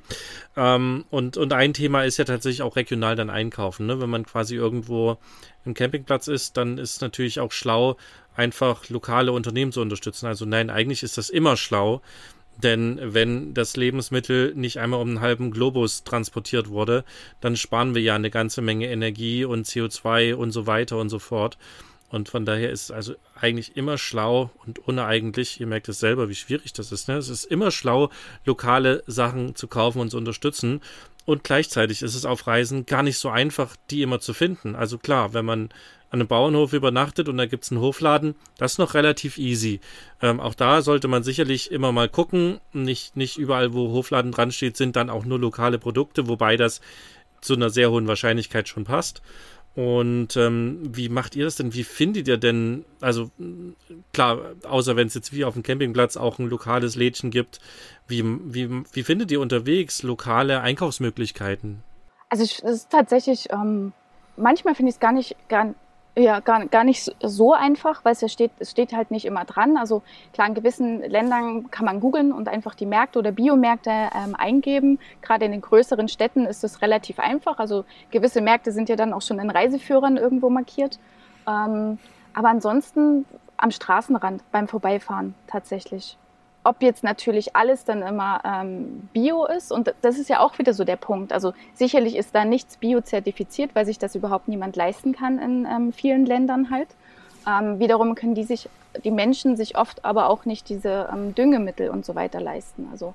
Und ein Thema ist ja tatsächlich auch regional dann einkaufen. Ne? Wenn man quasi irgendwo im Campingplatz ist, dann ist es natürlich auch schlau, einfach lokale Unternehmen zu unterstützen. Also nein, eigentlich ist das immer schlau, denn wenn das Lebensmittel nicht einmal um einen halben Globus transportiert wurde, dann sparen wir ja eine ganze Menge Energie und CO2 und so weiter und so fort. Und von daher ist es also eigentlich immer schlau und uneigentlich, ihr merkt es selber, wie schwierig das ist, ne? Es ist immer schlau, lokale Sachen zu kaufen und zu unterstützen. Und gleichzeitig ist es auf Reisen gar nicht so einfach, die immer zu finden. Also klar, wenn man an einem Bauernhof übernachtet und da gibt es einen Hofladen, das ist noch relativ easy. Auch da sollte man sicherlich immer mal gucken. Nicht überall, wo Hofladen dran steht, sind dann auch nur lokale Produkte, wobei das zu einer sehr hohen Wahrscheinlichkeit schon passt. Und wie macht ihr das denn? Wie findet ihr denn, also klar, außer wenn es jetzt wie auf dem Campingplatz auch ein lokales Lädchen gibt, wie findet ihr unterwegs lokale Einkaufsmöglichkeiten? Also es ist tatsächlich, manchmal finde ich es gar nicht so einfach, weil es steht halt nicht immer dran. Also klar, in gewissen Ländern kann man googeln und einfach die Märkte oder Biomärkte eingeben. Gerade in den größeren Städten ist es relativ einfach. Also gewisse Märkte sind ja dann auch schon in Reiseführern irgendwo markiert. Aber ansonsten am Straßenrand beim Vorbeifahren tatsächlich. Ob jetzt natürlich alles dann immer Bio ist, und das ist ja auch wieder so der Punkt. Also sicherlich ist da nichts Bio-zertifiziert, weil sich das überhaupt niemand leisten kann in vielen Ländern halt. Wiederum können die Menschen sich oft aber auch nicht diese Düngemittel und so weiter leisten. Also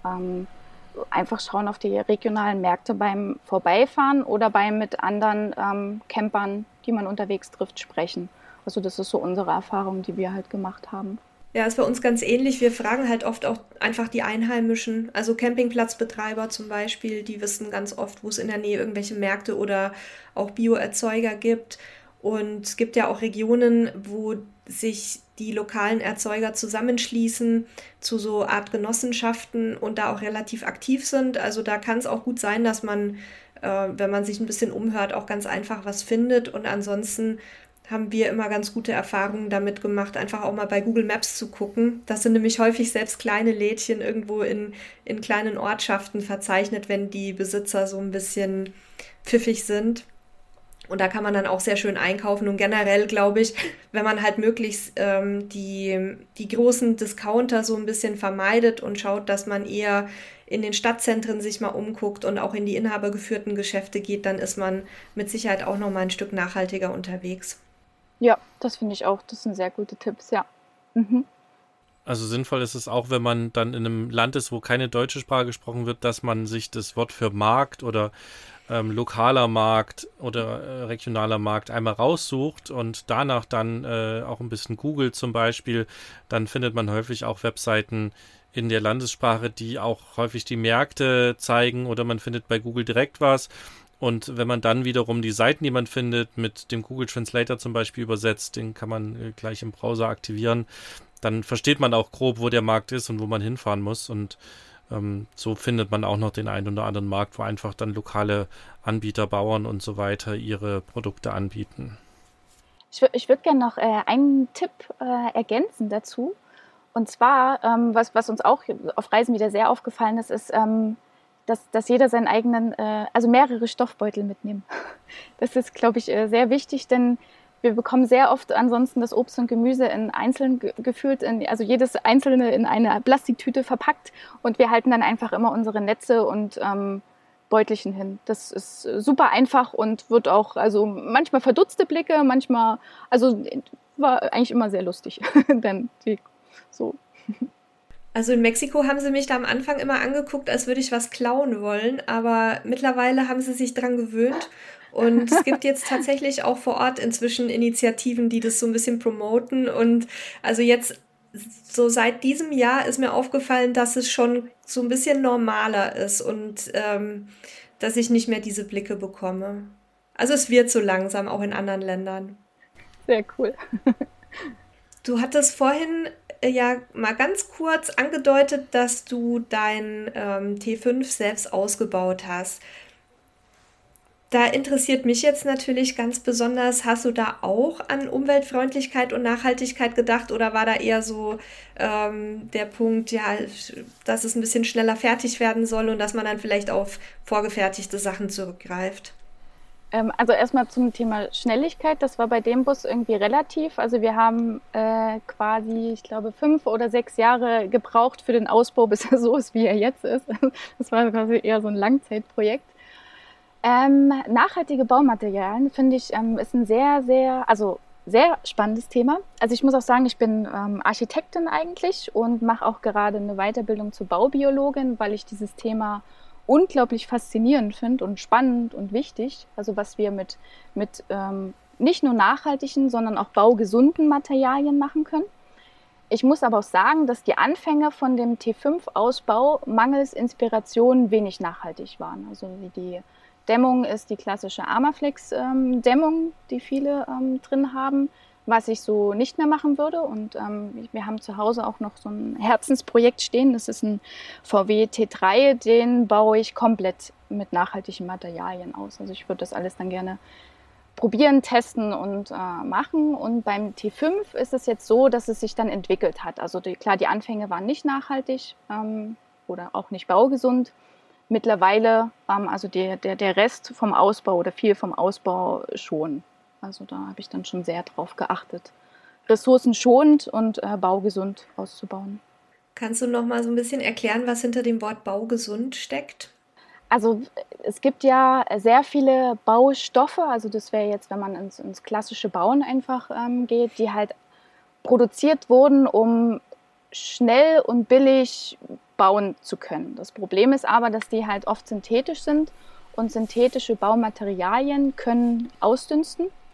einfach schauen auf die regionalen Märkte beim Vorbeifahren oder beim mit anderen Campern, die man unterwegs trifft, sprechen. Also das ist so unsere Erfahrung, die wir halt gemacht haben. Ja, ist bei uns ganz ähnlich. Wir fragen halt oft auch einfach die Einheimischen, also Campingplatzbetreiber zum Beispiel, die wissen ganz oft, wo es in der Nähe irgendwelche Märkte oder auch Bioerzeuger gibt. Und es gibt ja auch Regionen, wo sich die lokalen Erzeuger zusammenschließen zu so Art Genossenschaften und da auch relativ aktiv sind. Also da kann es auch gut sein, dass man, wenn man sich ein bisschen umhört, auch ganz einfach was findet. Und ansonsten haben wir immer ganz gute Erfahrungen damit gemacht, einfach auch mal bei Google Maps zu gucken. Das sind nämlich häufig selbst kleine Lädchen irgendwo in kleinen Ortschaften verzeichnet, wenn die Besitzer so ein bisschen pfiffig sind. Und da kann man dann auch sehr schön einkaufen. Und generell glaube ich, wenn man halt möglichst die großen Discounter so ein bisschen vermeidet und schaut, dass man eher in den Stadtzentren sich mal umguckt und auch in die inhabergeführten Geschäfte geht, dann ist man mit Sicherheit auch noch mal ein Stück nachhaltiger unterwegs. Ja, das finde ich auch. Das sind sehr gute Tipps, ja. Mhm. Also sinnvoll ist es auch, wenn man dann in einem Land ist, wo keine deutsche Sprache gesprochen wird, dass man sich das Wort für Markt oder lokaler Markt oder regionaler Markt einmal raussucht und danach dann auch ein bisschen googelt zum Beispiel, dann findet man häufig auch Webseiten in der Landessprache, die auch häufig die Märkte zeigen, oder man findet bei Google direkt was. Und wenn man dann wiederum die Seiten, die man findet, mit dem Google Translator zum Beispiel übersetzt, den kann man gleich im Browser aktivieren, dann versteht man auch grob, wo der Markt ist und wo man hinfahren muss. Und so findet man auch noch den einen oder anderen Markt, wo einfach dann lokale Anbieter, Bauern und so weiter ihre Produkte anbieten. Ich würd gerne noch einen Tipp ergänzen dazu. Und zwar, was uns auch auf Reisen wieder sehr aufgefallen ist, dass jeder seinen eigenen, also mehrere Stoffbeutel mitnehmen. Das ist, glaube ich, sehr wichtig, denn wir bekommen sehr oft ansonsten das Obst und Gemüse in einzeln geführt, also jedes einzelne in eine Plastiktüte verpackt, und wir halten dann einfach immer unsere Netze und Beutelchen hin. Das ist super einfach und wird auch, also manchmal verdutzte Blicke, manchmal, also war eigentlich immer sehr lustig. Dann so. Also in Mexiko haben sie mich da am Anfang immer angeguckt, als würde ich was klauen wollen, aber mittlerweile haben sie sich dran gewöhnt. Und es gibt jetzt tatsächlich auch vor Ort inzwischen Initiativen, die das so ein bisschen promoten. Und also jetzt, so seit diesem Jahr ist mir aufgefallen, dass es schon so ein bisschen normaler ist und dass ich nicht mehr diese Blicke bekomme. Also es wird so langsam, auch in anderen Ländern. Sehr cool. Du hattest vorhin ja mal ganz kurz angedeutet, dass du dein T5 selbst ausgebaut hast. Da interessiert mich jetzt natürlich ganz besonders, hast du da auch an Umweltfreundlichkeit und Nachhaltigkeit gedacht, oder war da eher so der Punkt, ja, dass es ein bisschen schneller fertig werden soll und dass man dann vielleicht auf vorgefertigte Sachen zurückgreift? Also erstmal zum Thema Schnelligkeit, das war bei dem Bus irgendwie relativ. Also wir haben quasi, ich glaube, 5 oder 6 Jahre gebraucht für den Ausbau, bis er so ist, wie er jetzt ist. Das war quasi eher so ein Langzeitprojekt. Nachhaltige Baumaterialien finde ich ist ein sehr spannendes Thema. Also ich muss auch sagen, ich bin Architektin eigentlich und mache auch gerade eine Weiterbildung zur Baubiologin, weil ich dieses Thema unglaublich faszinierend finde und spannend und wichtig. Also was wir mit nicht nur nachhaltigen, sondern auch baugesunden Materialien machen können. Ich muss aber auch sagen, dass die Anfänge von dem T5-Ausbau mangels Inspiration wenig nachhaltig waren. Also die Dämmung ist die klassische Armaflex-Dämmung, die viele drin haben, was ich so nicht mehr machen würde. Und wir haben zu Hause auch noch so ein Herzensprojekt stehen. Das ist ein VW T3, den baue ich komplett mit nachhaltigen Materialien aus. Also ich würde das alles dann gerne probieren, testen und machen. Und beim T5 ist es jetzt so, dass es sich dann entwickelt hat. Also klar, die Anfänge waren nicht nachhaltig oder auch nicht baugesund. Mittlerweile, also der Rest vom Ausbau oder viel vom Ausbau schon. Also da habe ich dann schon sehr drauf geachtet, ressourcenschonend und baugesund auszubauen. Kannst du noch mal so ein bisschen erklären, was hinter dem Wort baugesund steckt? Also es gibt ja sehr viele Baustoffe, also das wäre jetzt, wenn man ins klassische Bauen einfach geht, die halt produziert wurden, um schnell und billig bauen zu können. Das Problem ist aber, dass die halt oft synthetisch sind und synthetische Baumaterialien können ausdünsten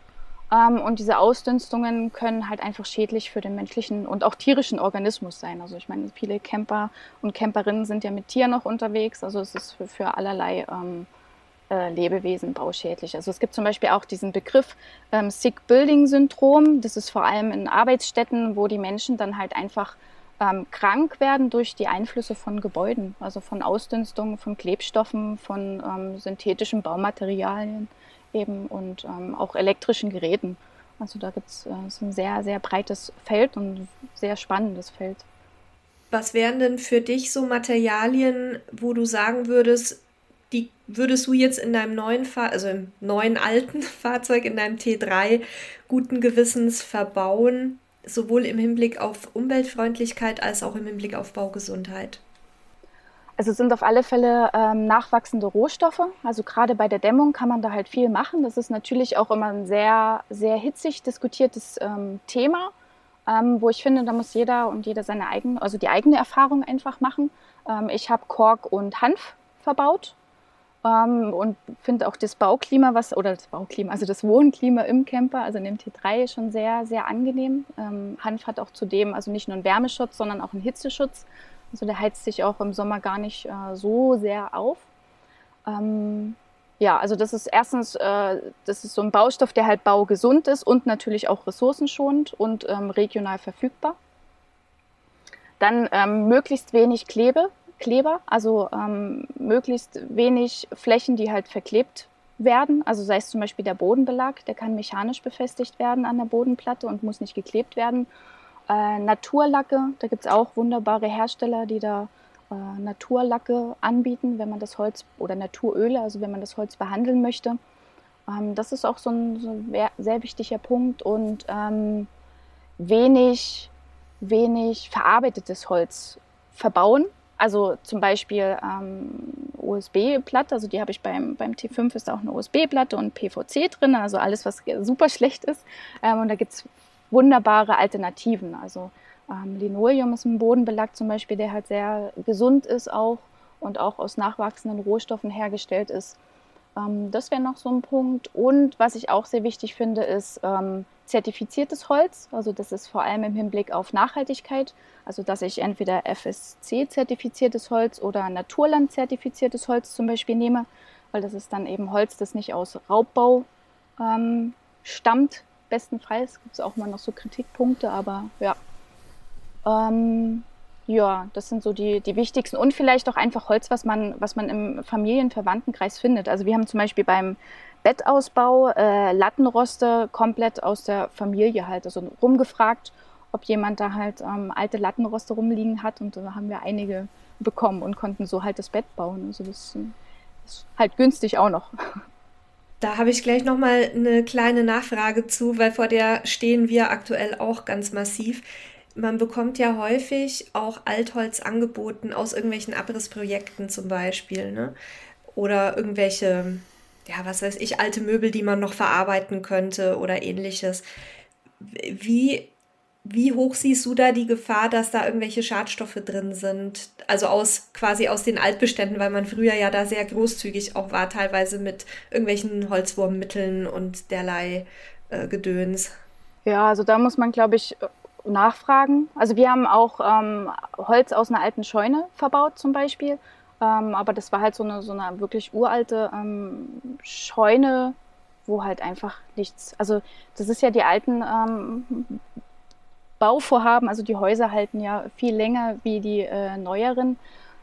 Und diese Ausdünstungen können halt einfach schädlich für den menschlichen und auch tierischen Organismus sein. Also ich meine, viele Camper und Camperinnen sind ja mit Tieren noch unterwegs. Also es ist für allerlei Lebewesen bauschädlich. Also es gibt zum Beispiel auch diesen Begriff Sick Building Syndrom. Das ist vor allem in Arbeitsstätten, wo die Menschen dann halt einfach krank werden durch die Einflüsse von Gebäuden, also von Ausdünstungen, von Klebstoffen, von synthetischen Baumaterialien eben und auch elektrischen Geräten. Also da gibt es ein sehr, sehr breites Feld und ein sehr spannendes Feld. Was wären denn für dich so Materialien, wo du sagen würdest, die würdest du jetzt in deinem also im neuen alten Fahrzeug, in deinem T3, guten Gewissens verbauen, sowohl im Hinblick auf Umweltfreundlichkeit als auch im Hinblick auf Baugesundheit? Also es sind auf alle Fälle nachwachsende Rohstoffe. Also gerade bei der Dämmung kann man da halt viel machen. Das ist natürlich auch immer ein sehr, sehr hitzig diskutiertes Thema, wo ich finde, da muss jeder und jeder seine eigene, also die eigene Erfahrung einfach machen. Ich habe Kork und Hanf verbaut und finde auch das Bauklima, also das Wohnklima im Camper, also in dem T3 schon sehr, sehr angenehm. Hanf hat auch zudem also nicht nur einen Wärmeschutz, sondern auch einen Hitzeschutz. Also der heizt sich auch im Sommer gar nicht so sehr auf. Ja, also das ist erstens, das ist so ein Baustoff, der halt baugesund ist und natürlich auch ressourcenschonend und regional verfügbar. Dann möglichst wenig Kleber, also möglichst wenig Flächen, die halt verklebt werden. Also sei es zum Beispiel der Bodenbelag, der kann mechanisch befestigt werden an der Bodenplatte und muss nicht geklebt werden. Naturlacke, da gibt es auch wunderbare Hersteller, die da Naturlacke anbieten, wenn man das Holz, oder Naturöle, also wenn man das Holz behandeln möchte. Das ist auch so ein sehr wichtiger Punkt und wenig verarbeitetes Holz verbauen. Also zum Beispiel USB-Platte, also die habe ich beim T5 ist da auch eine USB-Platte und PVC drin, also alles, was super schlecht ist. Und da gibt es wunderbare Alternativen. Also Linoleum ist ein Bodenbelag zum Beispiel, der halt sehr gesund ist auch und auch aus nachwachsenden Rohstoffen hergestellt ist. Das wäre noch so ein Punkt. Und was ich auch sehr wichtig finde, ist zertifiziertes Holz. Also das ist vor allem im Hinblick auf Nachhaltigkeit. Also dass ich entweder FSC-zertifiziertes Holz oder Naturland-zertifiziertes Holz zum Beispiel nehme, weil das ist dann eben Holz, das nicht aus Raubbau stammt. Bestenfalls gibt es auch mal noch so Kritikpunkte, aber ja. Ja, das sind so die wichtigsten. Und vielleicht auch einfach Holz, was man im Familienverwandtenkreis findet. Also wir haben zum Beispiel beim Bettausbau Lattenroste komplett aus der Familie halt. Also rumgefragt, ob jemand da halt alte Lattenroste rumliegen hat. Und da haben wir einige bekommen und konnten so halt das Bett bauen. Also das ist halt günstig auch noch. Da habe ich gleich nochmal eine kleine Nachfrage zu, weil vor der stehen wir aktuell auch ganz massiv. Man bekommt ja häufig auch Altholz angeboten aus irgendwelchen Abrissprojekten zum Beispiel, ne? Oder irgendwelche, ja, was weiß ich, alte Möbel, die man noch verarbeiten könnte oder ähnliches. Wie, wie hoch siehst du da die Gefahr, dass da irgendwelche Schadstoffe drin sind? Also quasi aus den Altbeständen, weil man früher ja da sehr großzügig auch war, teilweise mit irgendwelchen Holzwurmmitteln und derlei Gedöns. Ja, also da muss man, glaube ich, nachfragen. Also wir haben auch Holz aus einer alten Scheune verbaut zum Beispiel. Aber das war halt so eine wirklich uralte Scheune, wo halt einfach nichts, also das ist ja die alten Bauvorhaben, also die Häuser halten ja viel länger wie die neueren.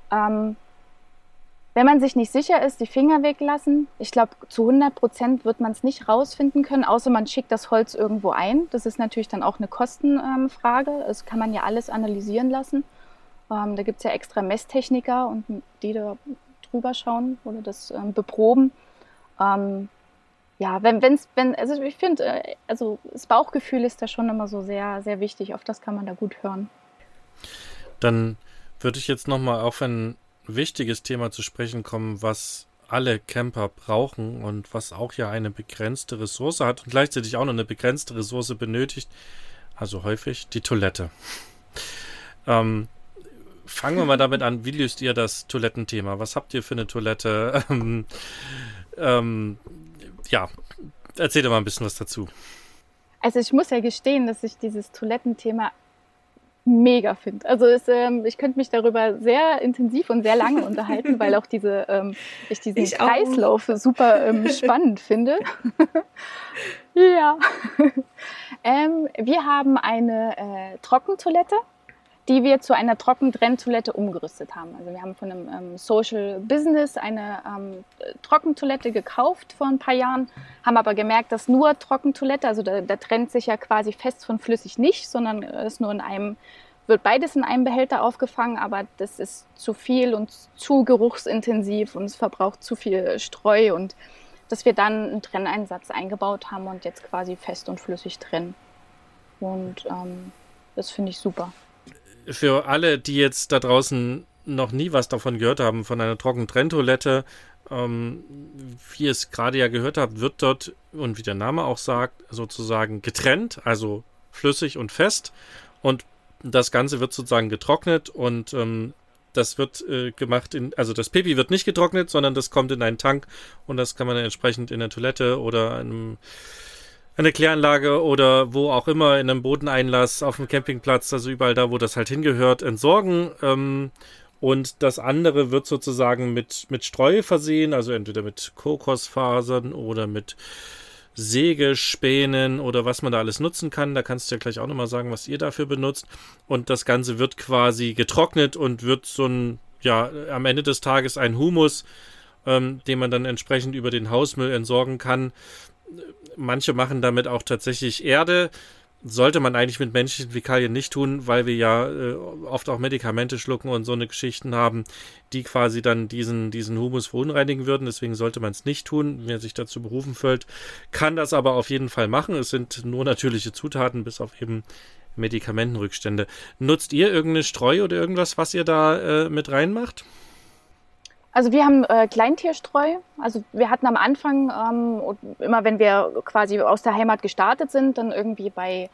Wenn man sich nicht sicher ist, die Finger weglassen. Ich glaube, zu 100% wird man es nicht rausfinden können, außer man schickt das Holz irgendwo ein. Das ist natürlich dann auch eine Kostenfrage. Das kann man ja alles analysieren lassen. Da gibt es ja extra Messtechniker, und die da drüber schauen oder das beproben. Ja, also ich finde, also das Bauchgefühl ist da schon immer so sehr, sehr wichtig. Auf das kann man da gut hören. Dann würde ich jetzt nochmal auf ein wichtiges Thema zu sprechen kommen, was alle Camper brauchen und was auch ja eine begrenzte Ressource hat und gleichzeitig auch noch eine begrenzte Ressource benötigt, also häufig die Toilette. Fangen wir mal damit an, wie löst ihr das Toilettenthema? Was habt ihr für eine Toilette? Ja, erzähl doch mal ein bisschen was dazu. Also ich muss ja gestehen, dass ich dieses Toilettenthema mega finde. Also ich könnte mich darüber sehr intensiv und sehr lange unterhalten, weil auch ich diesen Ich auch. Kreislauf super spannend finde. Ja. Wir haben eine Trockentoilette, die wir zu einer Trockentrenntoilette umgerüstet haben. Also wir haben von einem Social Business eine Trockentoilette gekauft vor ein paar Jahren, haben aber gemerkt, dass nur Trockentoilette, also da trennt sich ja quasi fest von flüssig nicht, sondern ist nur wird beides in einem Behälter aufgefangen, aber das ist zu viel und zu geruchsintensiv und es verbraucht zu viel Streu, und dass wir dann einen Trenneinsatz eingebaut haben und jetzt quasi fest und flüssig trennen. Und das finde ich super. Für alle, die jetzt da draußen noch nie was davon gehört haben, von einer Trockentrenntoilette, wie ihr es gerade ja gehört habt, wird dort, und wie der Name auch sagt, sozusagen getrennt, also flüssig und fest, und das Ganze wird sozusagen getrocknet, und das wird gemacht also das Pipi wird nicht getrocknet, sondern das kommt in einen Tank, und das kann man dann entsprechend in der Toilette oder eine Kläranlage oder wo auch immer, in einem Bodeneinlass, auf dem Campingplatz, also überall da, wo das halt hingehört, entsorgen. Und das andere wird sozusagen mit Streu versehen, also entweder mit Kokosfasern oder mit Sägespänen oder was man da alles nutzen kann. Da kannst du ja gleich auch nochmal sagen, was ihr dafür benutzt. Und das Ganze wird quasi getrocknet und wird am Ende des Tages ein Humus, den man dann entsprechend über den Hausmüll entsorgen kann. Manche machen damit auch tatsächlich Erde. Sollte man eigentlich mit menschlichen Fäkalien nicht tun, weil wir ja oft auch Medikamente schlucken und so eine Geschichten haben, die quasi dann diesen Humus verunreinigen würden. Deswegen sollte man es nicht tun. Wer sich dazu berufen fühlt, kann das aber auf jeden Fall machen. Es sind nur natürliche Zutaten, bis auf eben Medikamentenrückstände. Nutzt ihr irgendeine Streu oder irgendwas, was ihr da mit reinmacht? Also wir haben Kleintierstreu. Also wir hatten am Anfang, immer wenn wir quasi aus der Heimat gestartet sind, dann irgendwie bei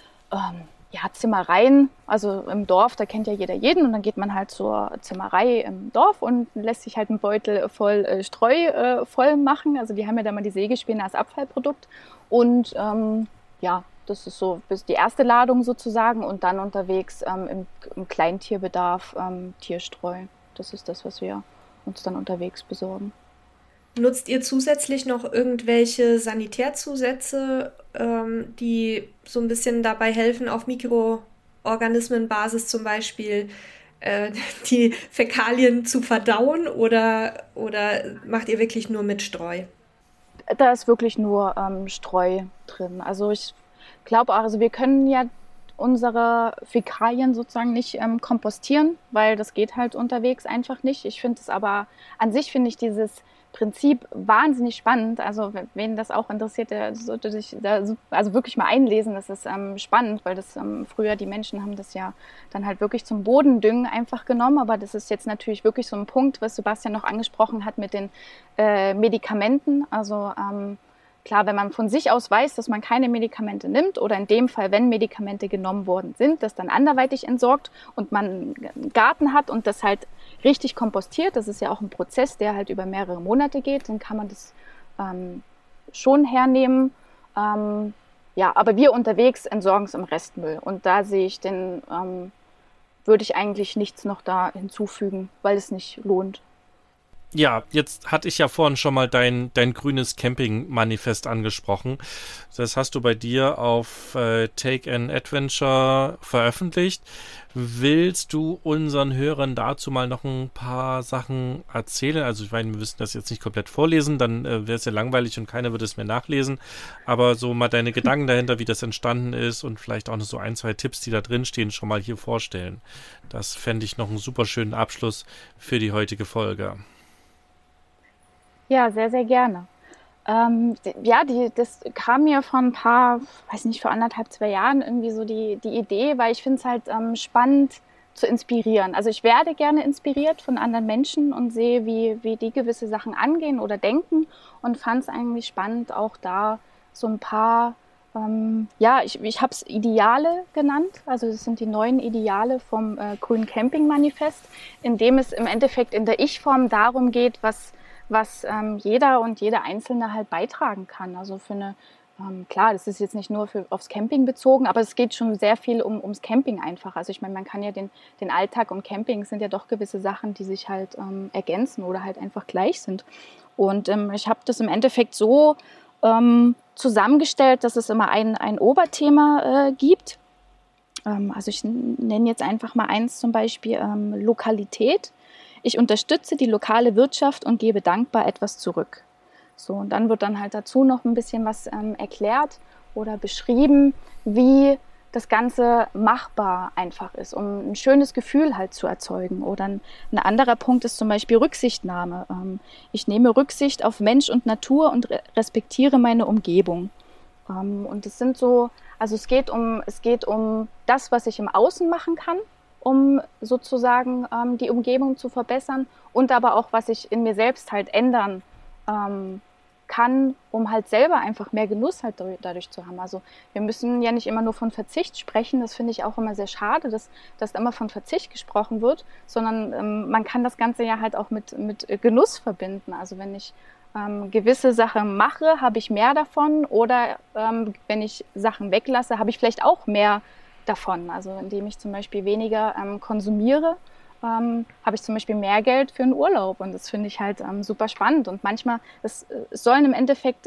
Zimmereien, also im Dorf, da kennt ja jeder jeden, und dann geht man halt zur Zimmerei im Dorf und lässt sich halt einen Beutel voll Streu voll machen. Also die haben ja da mal die Sägespäne als Abfallprodukt, und das ist so bis die erste Ladung sozusagen, und dann unterwegs im Kleintierbedarf Tierstreu. Das ist das, was wir uns dann unterwegs besorgen. Nutzt ihr zusätzlich noch irgendwelche Sanitärzusätze, die so ein bisschen dabei helfen, auf Mikroorganismenbasis zum Beispiel die Fäkalien zu verdauen, oder macht ihr wirklich nur mit Streu? Da ist wirklich nur Streu drin. Also ich glaube auch, also wir können ja unsere Fäkalien sozusagen nicht kompostieren, weil das geht halt unterwegs einfach nicht. Ich finde es aber, an sich finde ich dieses Prinzip wahnsinnig spannend. Also wen das auch interessiert, der sollte sich da also wirklich mal einlesen. Das ist spannend, weil das früher die Menschen haben das ja dann halt wirklich zum Bodendüngen einfach genommen. Aber das ist jetzt natürlich wirklich so ein Punkt, was Sebastian noch angesprochen hat mit den Medikamenten. Also klar, wenn man von sich aus weiß, dass man keine Medikamente nimmt, oder in dem Fall, wenn Medikamente genommen worden sind, das dann anderweitig entsorgt und man einen Garten hat und das halt richtig kompostiert, das ist ja auch ein Prozess, der halt über mehrere Monate geht, dann kann man das schon hernehmen. Aber wir unterwegs entsorgen es im Restmüll, und da sehe ich würde ich eigentlich nichts noch da hinzufügen, weil es nicht lohnt. Ja, jetzt hatte ich ja vorhin schon mal dein grünes Camping-Manifest angesprochen. Das hast du bei dir auf Take an Adventure veröffentlicht. Willst du unseren Hörern dazu mal noch ein paar Sachen erzählen? Also ich meine, wir müssen das jetzt nicht komplett vorlesen, dann wäre es ja langweilig und keiner würde es mehr nachlesen. Aber so mal deine Gedanken dahinter, wie das entstanden ist, und vielleicht auch noch so 1, 2 Tipps, die da drin stehen, schon mal hier vorstellen. Das fände ich noch einen super schönen Abschluss für die heutige Folge. Ja, sehr, sehr gerne. Das kam mir vor ein paar, weiß nicht, vor 1,5, 2 Jahren irgendwie so die Idee, weil ich finde es halt spannend zu inspirieren. Also ich werde gerne inspiriert von anderen Menschen und sehe, wie die gewisse Sachen angehen oder denken, und fand es eigentlich spannend, auch da so ein paar, ich habe es Ideale genannt, also das sind die 9 Ideale vom Grünen Camping Manifest, in dem es im Endeffekt in der Ich-Form darum geht, was jeder und jede Einzelne halt beitragen kann. Also für eine Klar, das ist jetzt nicht nur aufs Camping bezogen, aber es geht schon sehr viel ums Camping einfach. Also ich meine, man kann ja den Alltag und Camping sind ja doch gewisse Sachen, die sich halt ergänzen oder halt einfach gleich sind. Und ich habe das im Endeffekt so zusammengestellt, dass es immer ein Oberthema gibt. Also ich nenne jetzt einfach mal eins, zum Beispiel Lokalität. Ich unterstütze die lokale Wirtschaft und gebe dankbar etwas zurück. So, und dann wird dann halt dazu noch ein bisschen was erklärt oder beschrieben, wie das Ganze machbar einfach ist, um ein schönes Gefühl halt zu erzeugen. Oder ein anderer Punkt ist zum Beispiel Rücksichtnahme. Ich nehme Rücksicht auf Mensch und Natur und respektiere meine Umgebung. Und es sind so, also es geht um das, was ich im Außen machen kann, um sozusagen die Umgebung zu verbessern und aber auch, was ich in mir selbst halt ändern kann, um halt selber einfach mehr Genuss halt dadurch zu haben. Also wir müssen ja nicht immer nur von Verzicht sprechen, das finde ich auch immer sehr schade, dass immer von Verzicht gesprochen wird, sondern man kann das Ganze ja halt auch mit Genuss verbinden. Also wenn ich gewisse Sachen mache, habe ich mehr davon oder wenn ich Sachen weglasse, habe ich vielleicht auch mehr davon. Also indem ich zum Beispiel weniger konsumiere, habe ich zum Beispiel mehr Geld für einen Urlaub und das finde ich halt super spannend und manchmal, es sollen im Endeffekt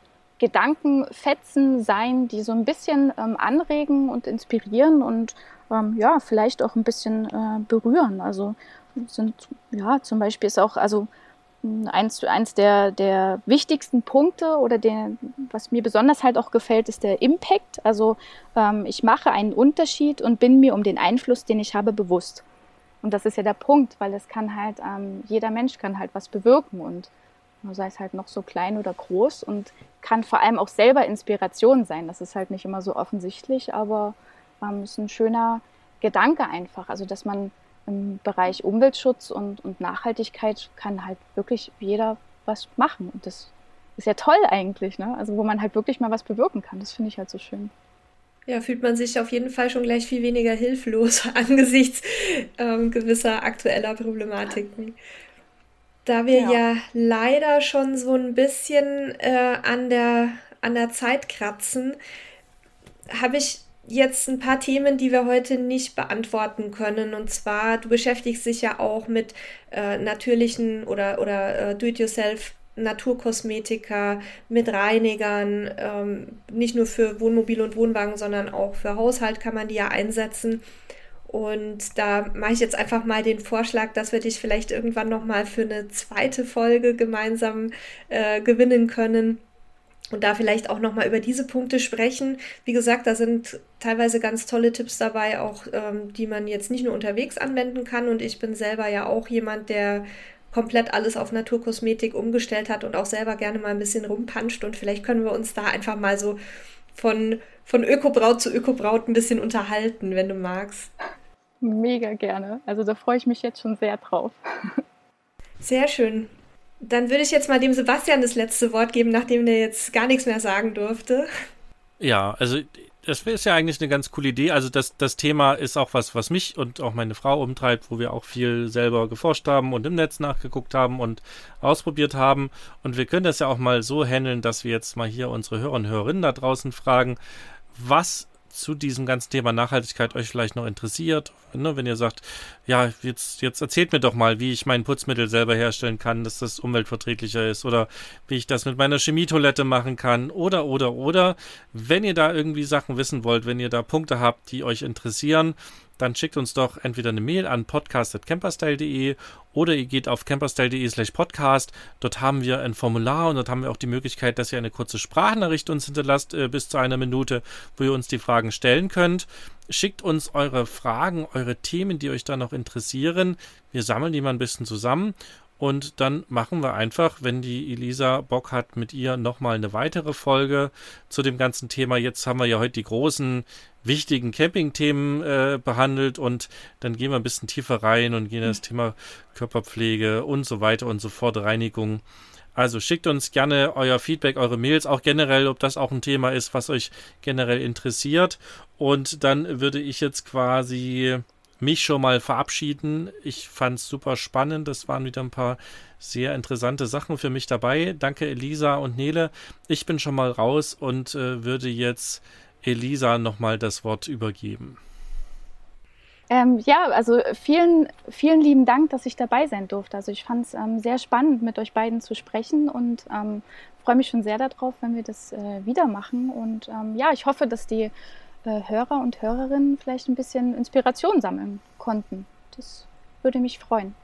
Gedankenfetzen sein, die so ein bisschen anregen und inspirieren und ja, vielleicht auch ein bisschen berühren. Also sind, ja, zum Beispiel ist auch, also eins der wichtigsten Punkte oder was mir besonders halt auch gefällt, ist der Impact. Also ich mache einen Unterschied und bin mir um den Einfluss, den ich habe, bewusst. Und das ist ja der Punkt, weil es kann halt, jeder Mensch kann halt was bewirken und sei es halt noch so klein oder groß und kann vor allem auch selber Inspiration sein. Das ist halt nicht immer so offensichtlich, aber ist ein schöner Gedanke einfach. Also dass man im Bereich Umweltschutz und Nachhaltigkeit kann halt wirklich jeder was machen. Und das ist ja toll eigentlich, ne? Also wo man halt wirklich mal was bewirken kann. Das finde ich halt so schön. Ja, fühlt man sich auf jeden Fall schon gleich viel weniger hilflos angesichts gewisser aktueller Problematiken. Da wir ja leider schon so ein bisschen an der Zeit kratzen, habe ich jetzt ein paar Themen, die wir heute nicht beantworten können. Und zwar, du beschäftigst dich ja auch mit natürlichen oder Do-it-yourself Naturkosmetika, mit Reinigern, nicht nur für Wohnmobil und Wohnwagen, sondern auch für Haushalt kann man die ja einsetzen. Und da mache ich jetzt einfach mal den Vorschlag, dass wir dich vielleicht irgendwann nochmal für eine zweite Folge gemeinsam gewinnen können und da vielleicht auch nochmal über diese Punkte sprechen. Wie gesagt, da sind teilweise ganz tolle Tipps dabei, auch die man jetzt nicht nur unterwegs anwenden kann. Und ich bin selber ja auch jemand, der komplett alles auf Naturkosmetik umgestellt hat und auch selber gerne mal ein bisschen rumpanscht. Und vielleicht können wir uns da einfach mal so von Ökobraut zu Ökobraut ein bisschen unterhalten, wenn du magst. Mega gerne. Also da freue ich mich jetzt schon sehr drauf. Sehr schön. Dann würde ich jetzt mal dem Sebastian das letzte Wort geben, nachdem der jetzt gar nichts mehr sagen durfte. Ja, also das ist ja eigentlich eine ganz coole Idee. Also das Thema ist auch was mich und auch meine Frau umtreibt, wo wir auch viel selber geforscht haben und im Netz nachgeguckt haben und ausprobiert haben. Und wir können das ja auch mal so handeln, dass wir jetzt mal hier unsere Hörer und Hörerinnen da draußen fragen, was zu diesem ganzen Thema Nachhaltigkeit euch vielleicht noch interessiert, ne, wenn ihr sagt, ja, jetzt erzählt mir doch mal, wie ich mein Putzmittel selber herstellen kann, dass das umweltverträglicher ist oder wie ich das mit meiner Chemietoilette machen kann oder, wenn ihr da irgendwie Sachen wissen wollt, wenn ihr da Punkte habt, die euch interessieren, dann schickt uns doch entweder eine Mail an podcast@camperstyle.de oder ihr geht auf camperstyle.de/podcast. Dort haben wir ein Formular und dort haben wir auch die Möglichkeit, dass ihr eine kurze Sprachnachricht uns hinterlasst, bis zu einer Minute, wo ihr uns die Fragen stellen könnt. Schickt uns eure Fragen, eure Themen, die euch da noch interessieren. Wir sammeln die mal ein bisschen zusammen. Und dann machen wir einfach, wenn die Elisa Bock hat, mit ihr nochmal eine weitere Folge zu dem ganzen Thema. Jetzt haben wir ja heute die großen, wichtigen Camping-Themen behandelt und dann gehen wir ein bisschen tiefer rein und gehen in das Thema Körperpflege und so weiter und so fort, Reinigung. Also schickt uns gerne euer Feedback, eure Mails, auch generell, ob das auch ein Thema ist, was euch generell interessiert. Und dann würde ich jetzt quasi mich schon mal verabschieden. Ich fand es super spannend. Es waren wieder ein paar sehr interessante Sachen für mich dabei. Danke Elisa und Nele. Ich bin schon mal raus und würde jetzt Elisa nochmal das Wort übergeben. Ja, also vielen, vielen lieben Dank, dass ich dabei sein durfte. Also ich fand es sehr spannend, mit euch beiden zu sprechen und freue mich schon sehr darauf, wenn wir das wieder machen. Und ja, ich hoffe, dass die Hörer und Hörerinnen vielleicht ein bisschen Inspiration sammeln konnten. Das würde mich freuen.